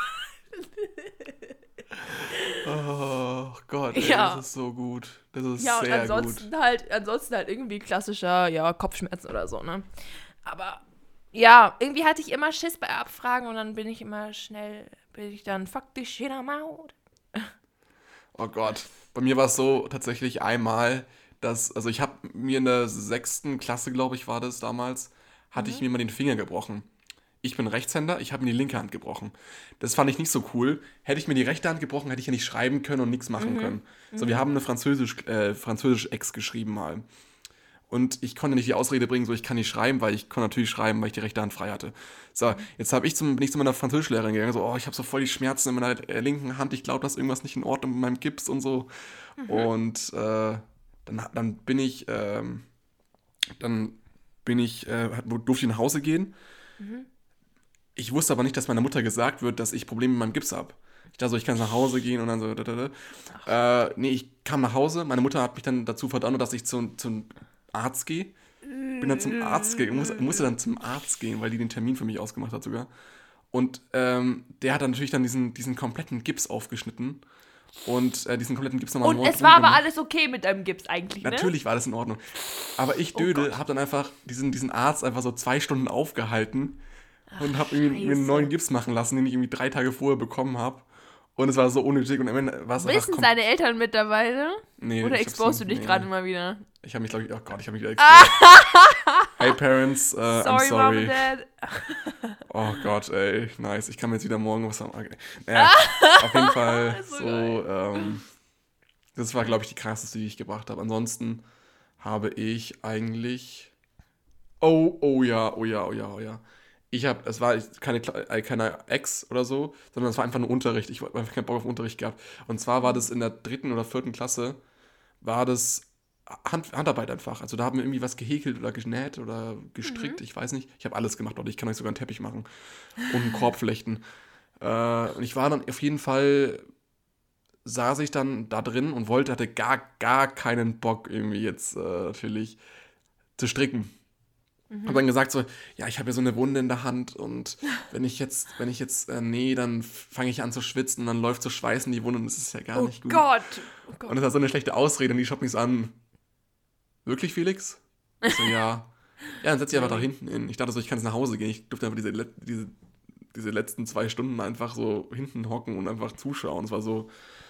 Oh Gott, ey, Ja. das ist so gut. Das ist Ja, und sehr ansonsten gut. halt irgendwie klassischer, ja, Kopfschmerzen oder so, ne? Aber ja, irgendwie hatte ich immer Schiss bei Abfragen und dann bin ich dann faktisch in der Maut. Oh Gott. Bei mir war es so tatsächlich einmal, also ich habe mir in der 6. Klasse, glaube ich, war das damals, hatte ich mir mal den Finger gebrochen. Ich bin Rechtshänder, ich habe mir die linke Hand gebrochen. Das fand ich nicht so cool. Hätte ich mir die rechte Hand gebrochen, hätte ich ja nicht schreiben können und nichts machen können. So, wir haben eine Französisch-Ex geschrieben mal. Und ich konnte nicht die Ausrede bringen, so ich kann nicht schreiben, weil ich konnte natürlich schreiben, weil ich die rechte Hand frei hatte. So, jetzt bin ich zu meiner Französischlehrerin gegangen, so, ich habe so voll die Schmerzen in meiner linken Hand, ich glaube, da ist irgendwas nicht in Ordnung mit meinem Gips und so. Und dann durfte ich nach Hause gehen. Ich wusste aber nicht, dass meiner Mutter gesagt wird, dass ich Probleme mit meinem Gips habe. Ich dachte so, ich kann nach Hause gehen und dann so. Nee, ich kam nach Hause. Meine Mutter hat mich dann dazu verdonnert, dass ich zum Arzt gehe. Bin dann zum Arzt gegangen, musste dann zum Arzt gehen, weil die den Termin für mich ausgemacht hat sogar. Und der hat dann natürlich dann diesen kompletten Gips aufgeschnitten und diesen kompletten Gips nochmal Und es war aber alles okay mit deinem Gips eigentlich, ne? Natürlich war das in Ordnung. Aber ich, Dödel, habe dann einfach diesen Arzt einfach so 2 Stunden aufgehalten und habe irgendwie mir einen neuen Gips machen lassen, den ich irgendwie 3 Tage vorher bekommen habe. Und es war so unnötig und am Ende war es einfach... Wissen seine Eltern mittlerweile? Nee, Oder ich hab's exposed du dich nee. gerade mal wieder? Ich habe mich, glaube ich... Oh Gott, ich habe mich wieder exposed. Hey Parents, I'm Sorry, Mom sorry. and Dad. Oh Gott, ey, nice. Ich kann mir jetzt wieder morgen was sagen. Okay. Naja, auf jeden Fall das war, glaube ich, die krasseste, die ich gebracht habe. Ansonsten habe ich eigentlich... Oh ja. Es war keine Ex oder so, sondern es war einfach nur Unterricht. Ich habe einfach keinen Bock auf Unterricht gehabt. Und zwar war das in der 3. oder 4. Klasse, war das Handarbeit einfach. Also da haben wir irgendwie was gehäkelt oder genäht oder gestrickt, ich weiß nicht. Ich habe alles gemacht, Leute. Ich kann euch sogar einen Teppich machen und einen Korb flechten. Und ich war dann auf jeden Fall, saß ich dann da drin und hatte gar keinen Bock irgendwie jetzt natürlich zu stricken. Hab dann gesagt so, ja, ich habe ja so eine Wunde in der Hand und wenn ich jetzt nähe, dann fange ich an zu schwitzen und dann läuft so Schweiß in die Wunde und das ist ja gar nicht gut. Oh Gott. Und das war so eine schlechte Ausrede und die schaut mich so an. Wirklich, Felix? Ich so, ja. Ja, dann setz dich einfach da hinten hin. Ich dachte so, ich kann jetzt nach Hause gehen. Ich durfte einfach diese letzten 2 Stunden einfach so hinten hocken und einfach zuschauen. Es war so,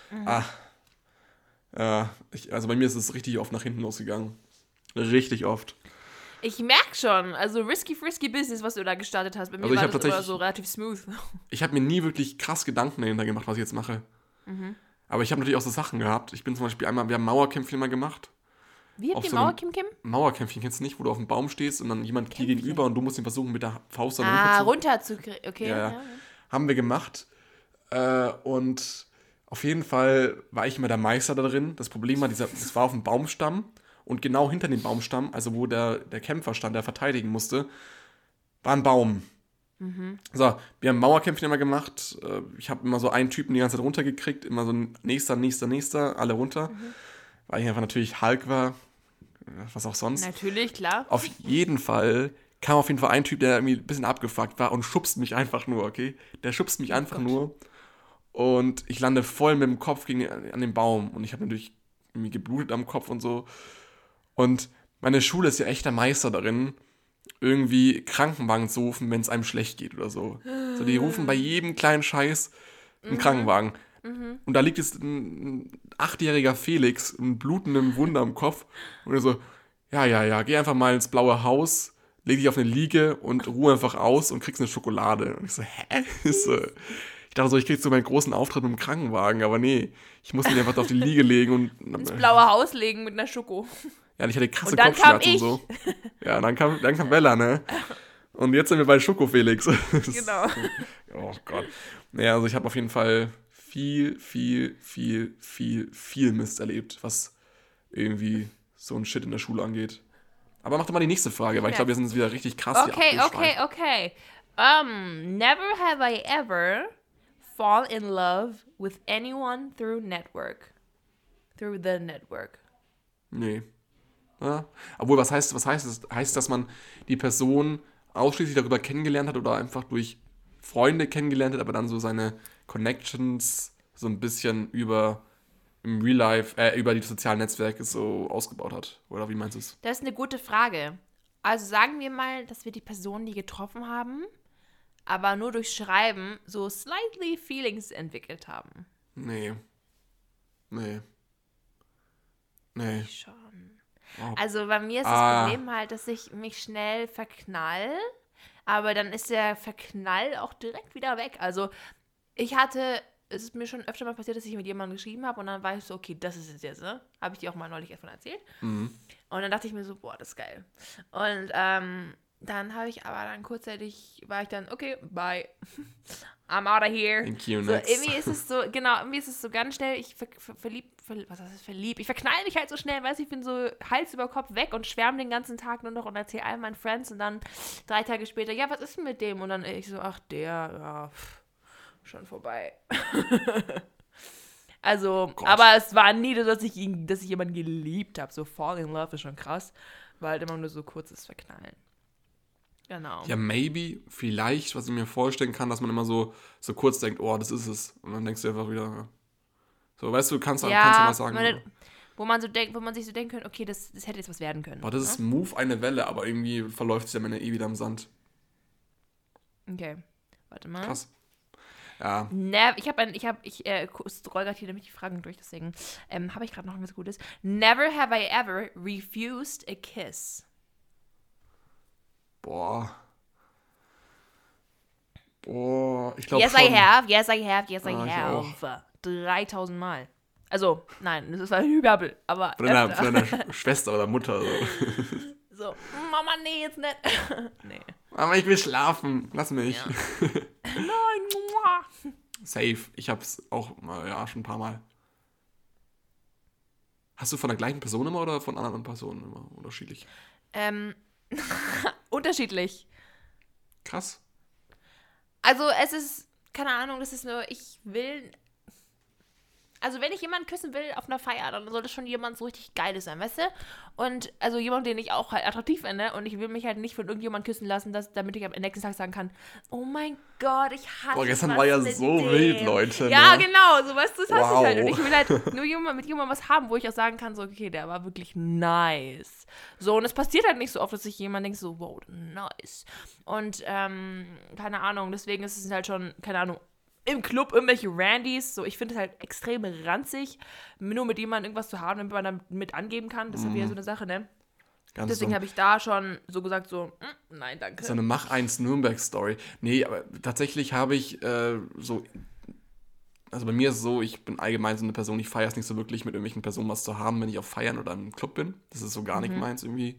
also bei mir ist es richtig oft nach hinten losgegangen. Richtig oft. Ich merke schon, also risky Business, was du da gestartet hast. Bei mir Also war das immer so relativ smooth. Ich habe mir nie wirklich krass Gedanken dahinter gemacht, was ich jetzt mache. Aber ich habe natürlich auch so Sachen gehabt. Ich bin zum Beispiel wir haben Mauerkämpfchen mal gemacht. Wie habt ihr so einem Mauerkämpfen? Mauerkämpfchen kennst du nicht, wo du auf dem Baum stehst und dann jemand dir gegenüber und du musst ihn versuchen mit der Faust dann runter zu kriegen. Okay. Ja. Haben wir gemacht. Und auf jeden Fall war ich immer der Meister da drin. Das Problem war, das war auf dem Baumstamm und genau hinter dem Baumstamm, also wo der Kämpfer stand, der verteidigen musste, war ein Baum. So, wir haben Mauerkämpfe immer gemacht. Ich habe immer so einen Typen die ganze Zeit runtergekriegt, immer so nächster, alle runter. Weil ich einfach natürlich Hulk war, was auch sonst. Natürlich, klar. Auf jeden Fall kam auf jeden Fall ein Typ, der irgendwie ein bisschen abgefuckt war und schubst mich einfach nur, okay? Der schubst mich einfach nur und ich lande voll mit dem Kopf an den Baum und ich habe natürlich irgendwie geblutet am Kopf und so. Und meine Schule ist ja echt der Meister darin, irgendwie Krankenwagen zu rufen, wenn es einem schlecht geht oder so. So, die rufen bei jedem kleinen Scheiß einen Krankenwagen. Und da liegt jetzt ein 8-jähriger Felix mit blutendem Wunder am Kopf und er so, ja, geh einfach mal ins blaue Haus, leg dich auf eine Liege und ruhe einfach aus und kriegst eine Schokolade. Und ich so, hä? So, Ich dachte so, ich krieg so meinen großen Auftritt mit dem Krankenwagen, aber nee, ich musste ihn einfach auf die Liege legen und ins blaue Haus legen mit einer Schoko. Ja, und ich hatte krasse Und dann Kopfschmerzen und so. Ja, dann kam Bella, ne? Und jetzt sind wir bei Schoko Felix. Genau. Oh Gott. Naja, also ich habe auf jeden Fall viel Mist erlebt, was irgendwie so ein Shit in der Schule angeht. Aber mach doch mal die nächste Frage, weil ich glaube, wir sind jetzt wieder richtig krass hier Okay. Never have I ever fall in love with anyone through the network. Nee. Ja. Obwohl, was heißt das? Heißt, dass man die Person ausschließlich darüber kennengelernt hat oder einfach durch Freunde kennengelernt hat, aber dann so seine Connections so ein bisschen über im Real Life, über die sozialen Netzwerke so ausgebaut hat? Oder wie meinst du es? Das ist eine gute Frage. Also sagen wir mal, dass wir die Person, die getroffen haben, aber nur durch Schreiben so slightly Feelings entwickelt haben. Nee. Schon. Oh. Also bei mir ist das Problem halt, dass ich mich schnell verknall, aber dann ist der Verknall auch direkt wieder weg. Also es ist mir schon öfter mal passiert, dass ich mit jemandem geschrieben habe und dann war ich so, okay, das ist es jetzt, ne? Habe ich dir auch mal neulich davon erzählt. Mhm. Und dann dachte ich mir so, boah, das ist geil. Und dann war ich dann, okay, bye. I'm out of here. Thank you, so, next. irgendwie ist es so ganz schnell, ich verlieb. Ich verknall mich halt so schnell, weißt du, ich bin so Hals über Kopf weg und schwärme den ganzen Tag nur noch und erzähle all meinen Friends und dann 3 Tage später, ja, was ist denn mit dem? Und dann ich so, ach, schon vorbei. Also, aber es war nie so, dass ich jemanden geliebt habe. So Fall in Love ist schon krass, weil halt immer nur so kurzes Verknallen. Genau. Ja, vielleicht, was ich mir vorstellen kann, dass man immer so kurz denkt, oh, das ist es. Und dann denkst du einfach wieder, ja. So, weißt du, kannst du was sagen. Wo man sich so denken könnte, okay, das hätte jetzt was werden können. Boah, das ist Move eine Welle, aber irgendwie verläuft es ja immer wieder im Sand. Okay, warte mal. Krass. Ja. Ich scroll gerade hier nämlich die Fragen durch, deswegen habe ich gerade noch was Gutes. Never have I ever refused a kiss. Boah, ich glaube yes, schon. Yes, I have. 3000 Mal. Also, nein, das ist ein Hyperbel, aber von deiner Schwester oder Mutter. So, Mama, nee, jetzt nicht. Nee. Mama, ich will schlafen. Lass mich. Ja. Nein. Safe. Ich hab's auch mal, schon ein paar Mal. Hast du von der gleichen Person immer oder von anderen Personen immer unterschiedlich? Unterschiedlich. Krass. Also es ist, keine Ahnung, das ist nur, also wenn ich jemanden küssen will auf einer Feier, dann soll das schon jemand so richtig Geiles sein, weißt du? Und also jemand, den ich auch halt attraktiv finde und ich will mich halt nicht von irgendjemandem küssen lassen, damit ich am nächsten Tag sagen kann, oh mein Gott, ich hasse Boah, gestern war ja so wild, Leute. Ja, ne? genau, so weißt du, das hasse ich halt. Und ich will halt nur mit jemandem was haben, wo ich auch sagen kann, so, okay, der war wirklich nice. So, und es passiert halt nicht so oft, dass sich jemand denkt so, wow, nice. Und, keine Ahnung, deswegen ist es halt schon, keine Ahnung, im Club irgendwelche Randys, so, ich finde es halt extrem ranzig, nur mit jemandem irgendwas zu haben, damit man damit angeben kann, das ist ja wieder so eine Sache, ne? Ganz Deswegen habe ich da schon so gesagt, so, nein, danke. So eine Mach-1 Nürnberg-Story. Nee, aber tatsächlich habe ich also bei mir ist es so, ich bin allgemein so eine Person, ich feiere es nicht so wirklich, mit irgendwelchen Personen was zu haben, wenn ich auf Feiern oder im Club bin. Das ist so gar nicht meins irgendwie.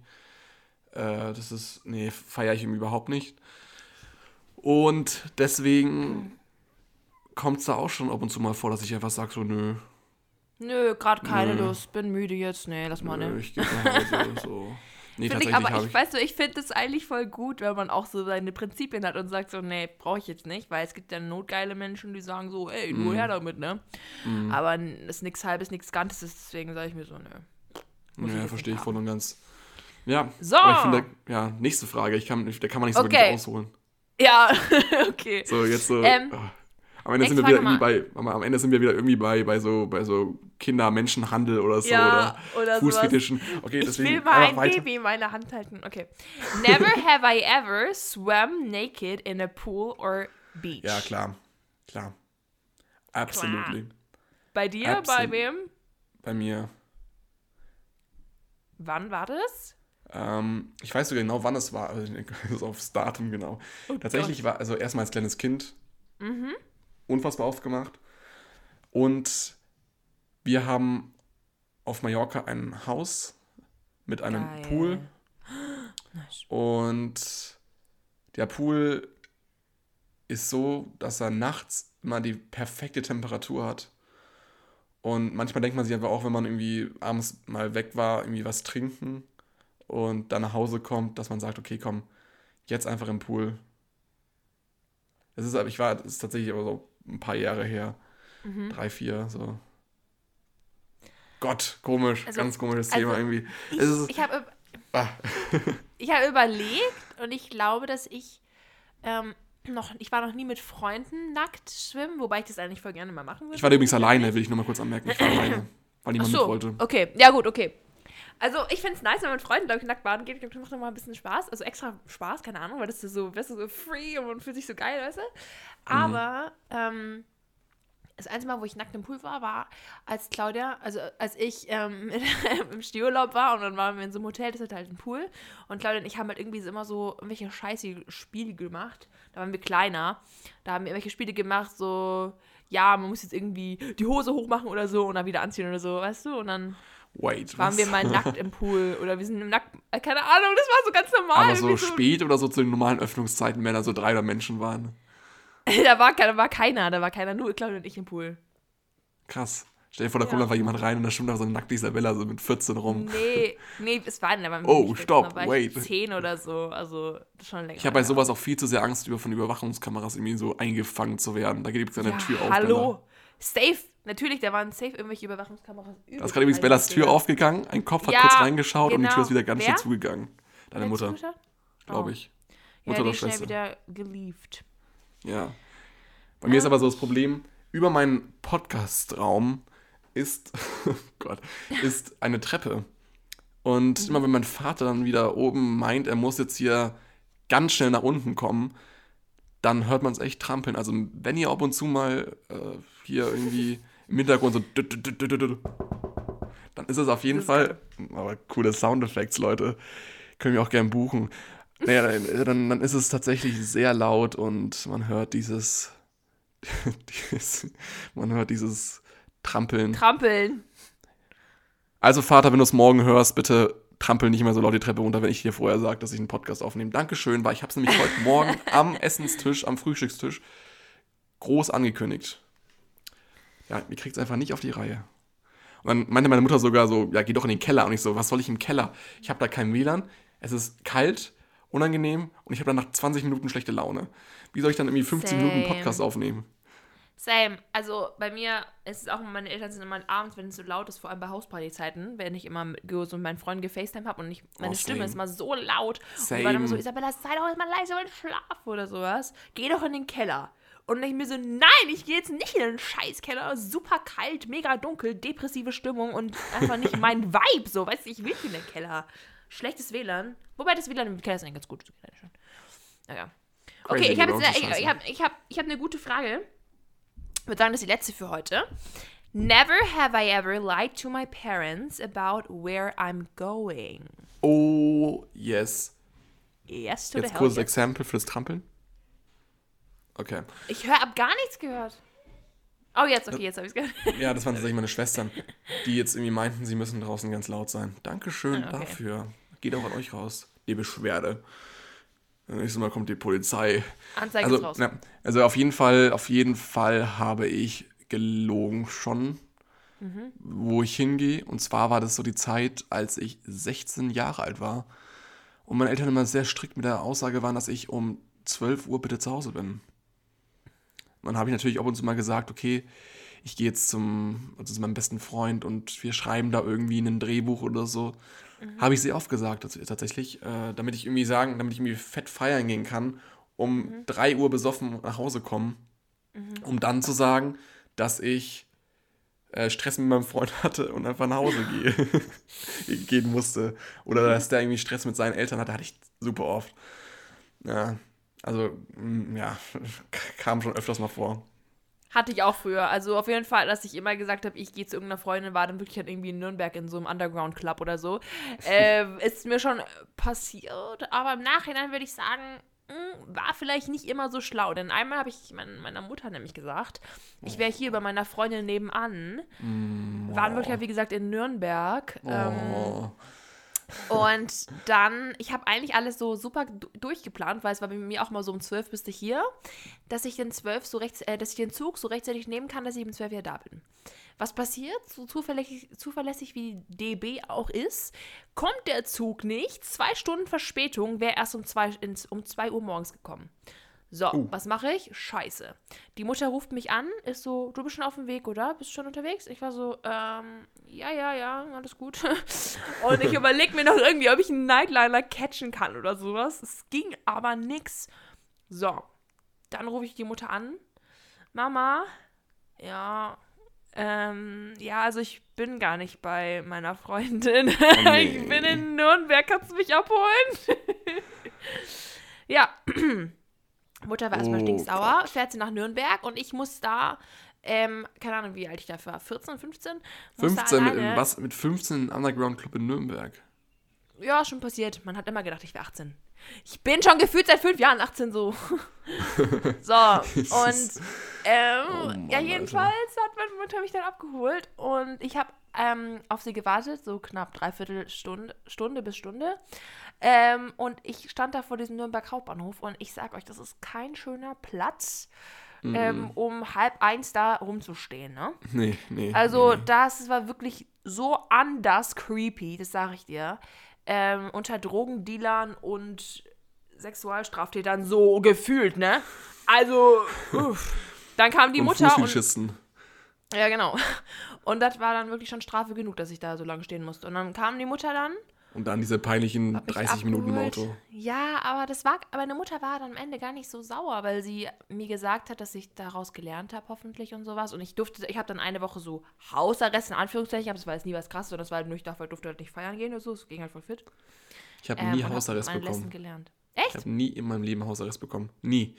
Feiere ich irgendwie überhaupt nicht. Und deswegen kommt es da auch schon ab und zu mal vor, dass ich einfach sage so, nö. Nö, gerade keine Lust, bin müde jetzt, nee, lass mal, ne? Ich gehe nach Hause, so. Nee, tatsächlich ich finde es eigentlich voll gut, wenn man auch so seine Prinzipien hat und sagt so, nee, brauche ich jetzt nicht, weil es gibt ja notgeile Menschen, die sagen so, ey, nur her damit, ne? Aber es ist nichts Halbes, nichts Ganzes, deswegen sage ich mir so, nö. Ja, verstehe ich voll und ganz. Ja, so. Aber ich finde, nächste Frage, da kann man nicht so wirklich ausholen. Ja, okay. So, jetzt so. Am Ende sind wir wieder irgendwie bei so Kinder-Menschenhandel oder so, oder Fußfetischen. Okay, deswegen ich will mal ein Baby in meiner Hand halten. Okay. Never have I ever swam naked in a pool or beach. Ja, klar. Absolutely. Bei dir? Bei wem? Bei mir. Wann war das? Ich weiß sogar genau, wann es war. Also, das ist aufs Datum genau. Oh, tatsächlich war, also erstmal als kleines Kind. unfassbar oft gemacht. Und wir haben auf Mallorca ein Haus mit einem Geil. Pool. Nice. Und der Pool ist so, dass er nachts immer die perfekte Temperatur hat. Und manchmal denkt man sich einfach auch, wenn man irgendwie abends mal weg war, irgendwie was trinken und dann nach Hause kommt, dass man sagt, okay, komm, jetzt einfach im Pool. Das ist tatsächlich aber so ein paar Jahre her. 3, 4, so. Gott, komisch, Also- ganz komisches Thema irgendwie. Ich habe Ah, überlegt und ich glaube, dass ich ich war noch nie mit Freunden nackt schwimmen, wobei ich das eigentlich voll gerne mal machen würde. ich war übrigens alleine, will ich nur mal kurz anmerken. Ich war alleine, weil niemand mit wollte. Okay, ja gut, okay. Also ich finde es nice, wenn man mit Freunden, glaube ich, nackt baden geht. Ich glaube, das macht nochmal ein bisschen Spaß. Also extra Spaß, keine Ahnung, weil das ist so, weißt du, so free und man fühlt sich so geil, weißt du? Aber das einzige Mal, wo ich nackt im Pool war, als Claudia, also als ich im Skiurlaub war und dann waren wir in so einem Hotel, das hat halt einen Pool und Claudia und ich haben halt irgendwie so immer so irgendwelche scheiße Spiele gemacht. Da waren wir kleiner. Da haben wir irgendwelche Spiele gemacht, so, ja, man muss jetzt irgendwie die Hose hochmachen oder so und dann wieder anziehen oder so, weißt du? Und dann waren wir mal nackt im Pool oder wir sind im Nackt, keine Ahnung, das war so ganz normal. Aber so spät oder so zu den normalen Öffnungszeiten, wenn da so 3 Menschen waren. Da war keiner, nur Claudia und ich im Pool. Krass. Stell dir vor, da kommt einfach jemand rein und da schwimmt einfach so eine nackte Isabella so mit 14 rum. Nee, es war da waren wir Oh, nicht stopp, da war wait. Ich 10 oder so, also schon länger. Ich habe bei sowas auch viel zu sehr Angst, von Überwachungskameras irgendwie so eingefangen zu werden. Da geht übrigens eine Tür auf. Hallo. Safe, natürlich, da waren safe irgendwelche Überwachungskameras. Da ist gerade übrigens Bellas Tür aufgegangen, ein Kopf hat kurz reingeschaut und die Tür ist wieder ganz schnell Wer? zugegangen. Deine Mutter, glaube ich. Mutter Ja, die oder ist schnell Schwester. wieder gelieft. Ja. Bei mir ist aber so das Problem, über meinen Podcastraum ist eine Treppe. Und immer wenn mein Vater dann wieder oben meint, er muss jetzt hier ganz schnell nach unten kommen, dann hört man es echt trampeln. Also wenn ihr ab und zu mal hier irgendwie im Hintergrund so dann ist es auf jeden Fall, aber coole Soundeffekte, Leute, können wir auch gerne buchen. Naja, dann ist es tatsächlich sehr laut und man hört dieses Trampeln. Also Vater, wenn du es morgen hörst, bitte trampel nicht mehr so laut die Treppe runter, wenn ich dir vorher sage, dass ich einen Podcast aufnehme. Dankeschön, weil ich habe es nämlich heute Morgen am Essenstisch, am Frühstückstisch groß angekündigt. Ja, ihr kriegt es einfach nicht auf die Reihe. Und dann meinte meine Mutter sogar so, ja, geh doch in den Keller. Und ich so, was soll ich im Keller? Ich habe da kein WLAN, es ist kalt, unangenehm und ich habe dann nach 20 Minuten schlechte Laune. Wie soll ich dann irgendwie 15 Minuten Podcast aufnehmen? Same. Also bei mir ist es auch, meine Eltern sind immer abends, wenn es so laut ist, vor allem bei Hauspartyzeiten, wenn ich immer so mit meinen Freunden gefacetimed habe und meine Stimme ist immer so laut. Same. Und die waren immer so, Isabella, sei doch mal leise, weil ich schlafe oder sowas. Geh doch in den Keller. Und ich mir so, nein, ich gehe jetzt nicht in den Scheißkeller. Super kalt, mega dunkel, depressive Stimmung und einfach nicht mein Vibe. So, weißt du, ich will nicht in den Keller. Schlechtes WLAN. Wobei das WLAN im Keller ist eigentlich ganz gut. Naja. Okay, ich habe eine gute Frage. Ich würde sagen, das ist die letzte für heute. Never have I ever lied to my parents about where I'm going. Oh, yes. Yes to the Jetzt hell kurzes yes. Exempel für das Trampeln. Okay. Ich habe gar nichts gehört. Oh, jetzt habe ich es gehört. Ja, das waren tatsächlich meine Schwestern, die jetzt irgendwie meinten, sie müssen draußen ganz laut sein. Dankeschön dafür. Geht auch an euch raus. Die Beschwerde. Nächstes Mal kommt die Polizei. Anzeige ist raus. Ja, also auf jeden Fall habe ich gelogen schon, wo ich hingehe. Und zwar war das so die Zeit, als ich 16 Jahre alt war. Und meine Eltern immer sehr strikt mit der Aussage waren, dass ich um 12 Uhr bitte zu Hause bin. Und dann habe ich natürlich ab und zu mal gesagt, okay, ich gehe jetzt zu meinem besten Freund und wir schreiben da irgendwie ein Drehbuch oder so. Habe ich sehr oft gesagt, tatsächlich, damit ich irgendwie fett feiern gehen kann, um 3 Uhr besoffen nach Hause kommen, um dann zu sagen, dass ich Stress mit meinem Freund hatte und einfach nach Hause gehen musste. Oder dass der irgendwie Stress mit seinen Eltern hatte, hatte ich super oft. Ja, also, ja, kam schon öfters mal vor. Hatte ich auch früher. Also auf jeden Fall, dass ich immer gesagt habe, ich gehe zu irgendeiner Freundin, war dann wirklich halt irgendwie in Nürnberg in so einem Underground-Club oder so. Ist mir schon passiert, aber im Nachhinein würde ich sagen, war vielleicht nicht immer so schlau. Denn einmal habe ich meiner Mutter nämlich gesagt, ich wäre hier bei meiner Freundin nebenan. Waren wir ja, wie gesagt, in Nürnberg. Und dann, ich habe eigentlich alles so super durchgeplant, weil es war bei mir auch mal so um 12 bist du hier, dass ich den Zug so rechtzeitig nehmen kann, dass ich um 12 wieder da bin. Was passiert? So zuverlässig wie DB auch ist, kommt der Zug nicht. 2 Stunden Verspätung, wäre erst um 2 Uhr morgens gekommen. So, was mache ich? Scheiße. Die Mutter ruft mich an, ist so, du bist schon auf dem Weg, oder? Bist du schon unterwegs? Ich war so, ja, alles gut. Und ich überlege mir noch irgendwie, ob ich einen Nightliner catchen kann oder sowas. Es ging aber nix. So, dann rufe ich die Mutter an. Mama, also ich bin gar nicht bei meiner Freundin. Ich bin in Nürnberg, kannst du mich abholen? Ja, Mutter war erstmal stinksauer, fährt sie nach Nürnberg und ich muss da, keine Ahnung, wie alt ich da war, 14, 15? 15, mit 15 in Underground Club in Nürnberg? Ja, schon passiert. Man hat immer gedacht, ich wäre 18. Ich bin schon gefühlt seit 5 Jahren 18 so. So, und jedenfalls hat meine Mutter mich dann abgeholt und ich habe auf sie gewartet, so knapp 3/4 Stunde bis Stunde. Und ich stand da vor diesem Nürnberg Hauptbahnhof und ich sag euch, das ist kein schöner Platz, um 12:30 da rumzustehen, ne? Nee. Also das war wirklich so anders creepy, das sage ich dir. Unter Drogendealern und Sexualstraftätern so gefühlt, ne? Also, Dann kam die Mutter Fußfetischisten. Ja, genau. Und das war dann wirklich schon Strafe genug, dass ich da so lange stehen musste. Und dann kam die Mutter dann. Und dann diese peinlichen 30 Minuten im Auto. Ja, aber meine Mutter war dann am Ende gar nicht so sauer, weil sie mir gesagt hat, dass ich daraus gelernt habe, hoffentlich und sowas. Und ich habe dann eine Woche so Hausarrest in Anführungszeichen, aber das war jetzt nie was Krasses, sondern das war halt nur, ich durfte halt nicht feiern gehen oder so, es ging halt voll fit. Ich habe nie Hausarrest bekommen. Lesson gelernt. Echt? Ich habe nie in meinem Leben Hausarrest bekommen. Nie.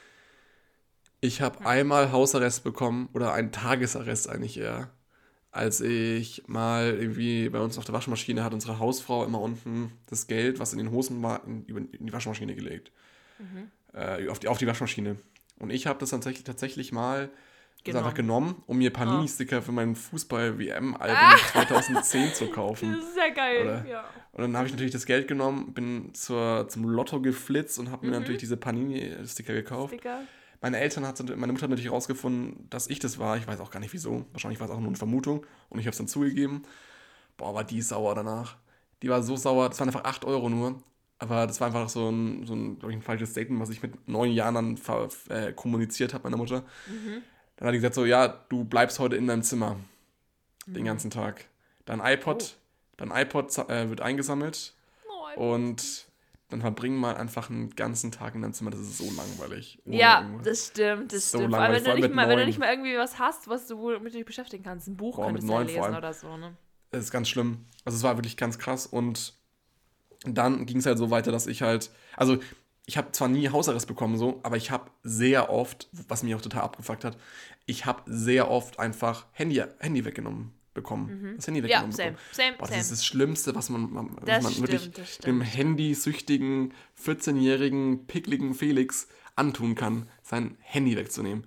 Ich habe einmal Hausarrest bekommen, oder einen Tagesarrest eigentlich eher, als ich mal irgendwie bei uns auf der Waschmaschine hat unsere Hausfrau immer unten das Geld, was in den Hosen war, in die Waschmaschine gelegt. Auf die Waschmaschine. Und ich habe das dann tatsächlich mal einfach genommen, um mir Panini-Sticker für mein Fußball-WM-Album 2010 zu kaufen. Das ist ja geil, ja. Und dann habe ich natürlich das Geld genommen, bin zum Lotto geflitzt und habe mir natürlich diese Panini-Sticker gekauft. Meine Mutter hat natürlich rausgefunden, dass ich das war. Ich weiß auch gar nicht wieso. Wahrscheinlich war es auch nur eine Vermutung. Und ich habe es dann zugegeben. Boah, war die sauer danach. Die war so sauer. Das waren einfach 8 Euro nur. Aber das war einfach so ein falsches Statement, was ich mit 9 Jahren dann kommuniziert habe, meiner Mutter. Dann hat die gesagt so, ja, du bleibst heute in deinem Zimmer. Den ganzen Tag. Dein iPod wird eingesammelt. Und dann verbringen wir einfach einen ganzen Tag in deinem Zimmer. Das ist so langweilig. Ja, das stimmt. So Vor allem, wenn du nicht mal irgendwie was hast, womit du dich beschäftigen kannst. Ein Buch könntest du ja lesen oder so, ne? Das ist ganz schlimm. Also es war wirklich ganz krass. Und dann ging es halt so weiter, dass ich halt, also ich habe zwar nie Hausarrest bekommen so, aber ich habe sehr oft, was mich auch total abgefuckt hat, ich habe sehr oft einfach Handy weggenommen bekommen. Das Handy weggenommen bekommen. Same. Das ist das Schlimmste, was man Das wirklich stimmt. dem handysüchtigen, 14-jährigen, pickligen Felix antun kann, sein Handy wegzunehmen.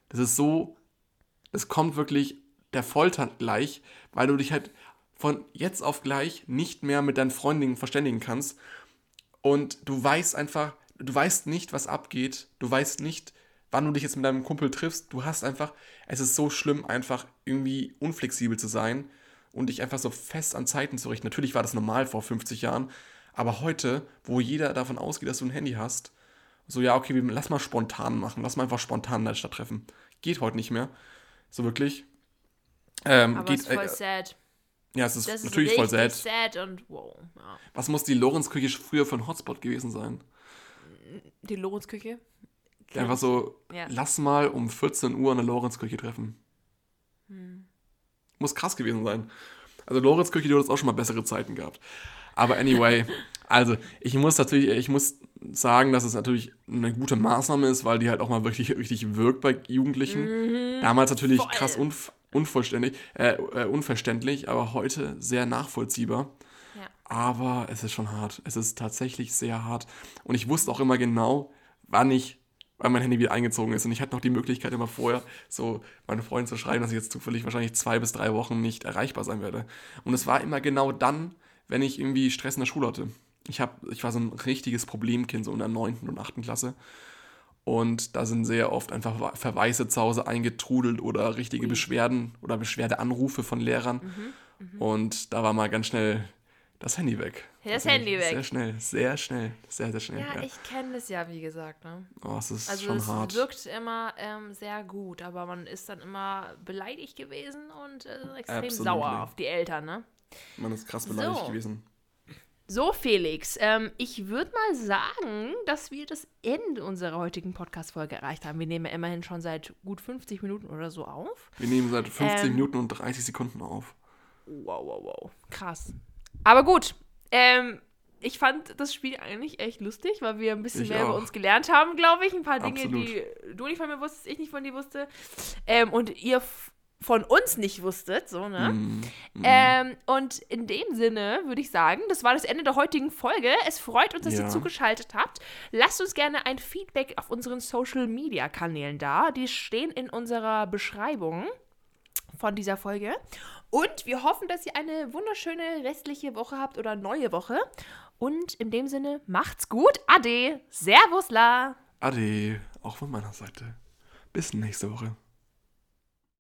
Das kommt wirklich der Folter gleich, weil du dich halt von jetzt auf gleich nicht mehr mit deinen Freundinnen verständigen kannst und du weißt nicht, was abgeht, du weißt nicht, wann du dich jetzt mit deinem Kumpel triffst, es ist so schlimm, einfach irgendwie unflexibel zu sein und dich einfach so fest an Zeiten zu richten. Natürlich war das normal vor 50 Jahren, aber heute, wo jeder davon ausgeht, dass du ein Handy hast, so ja, okay, lass mal spontan machen, lass mal einfach spontan in der Stadt treffen. Geht heute nicht mehr, so wirklich. Aber es ist voll sad. Ja, es ist natürlich voll sad. Sad und wow. Ja. Was muss die Lorenzküche früher für ein Hotspot gewesen sein? Die Lorenzküche? Einfach so, lass mal um 14 Uhr in der Lorenzküche treffen. Muss krass gewesen sein. Also Lorenzküche, du hast auch schon mal bessere Zeiten gehabt. Aber anyway, also ich muss sagen, dass es natürlich eine gute Maßnahme ist, weil die halt auch mal wirklich richtig wirkt bei Jugendlichen. Damals natürlich voll. Krass unverständlich, aber heute sehr nachvollziehbar. Aber es ist schon hart. Es ist tatsächlich sehr hart. Und ich wusste auch immer genau, wann mein Handy wieder eingezogen ist. Und ich hatte noch die Möglichkeit, immer vorher so meine Freundin zu schreiben, dass ich jetzt zufällig wahrscheinlich 2 bis 3 Wochen nicht erreichbar sein werde. Und es war immer genau dann, wenn ich irgendwie Stress in der Schule hatte. Ich war so ein richtiges Problemkind, so in der 9. und 8. Klasse. Und da sind sehr oft einfach Verweise zu Hause eingetrudelt oder richtige Beschwerden oder Beschwerdeanrufe von Lehrern. Und da war mal ganz schnell das Handy weg. Das Handy weg. Sehr schnell, sehr schnell, sehr, sehr schnell. Ja, ich kenne das ja, wie gesagt. Ne? Oh, es ist also schon hart. Es wirkt immer sehr gut, aber man ist dann immer beleidigt gewesen und extrem sauer auf die Eltern. Ne? Man ist krass beleidigt gewesen. So, Felix, ich würde mal sagen, dass wir das Ende unserer heutigen Podcast-Folge erreicht haben. Wir nehmen ja immerhin schon seit gut 50 Minuten oder so auf. Wir nehmen seit 15 Minuten und 30 Sekunden auf. Wow. Krass. Aber gut, ich fand das Spiel eigentlich echt lustig, weil wir ein bisschen mehr über uns gelernt haben, glaube ich. Ein paar Dinge, die du nicht von mir wusstest, ich nicht von dir wusste. Und ihr von uns nicht wusstet, so, ne? Und in dem Sinne würde ich sagen, das war das Ende der heutigen Folge. Es freut uns, dass ihr zugeschaltet habt. Lasst uns gerne ein Feedback auf unseren Social-Media-Kanälen da. Die stehen in unserer Beschreibung von dieser Folge. Und wir hoffen, dass ihr eine wunderschöne restliche Woche habt oder neue Woche. Und in dem Sinne, macht's gut. Ade. Servusla. Ade. Auch von meiner Seite. Bis nächste Woche.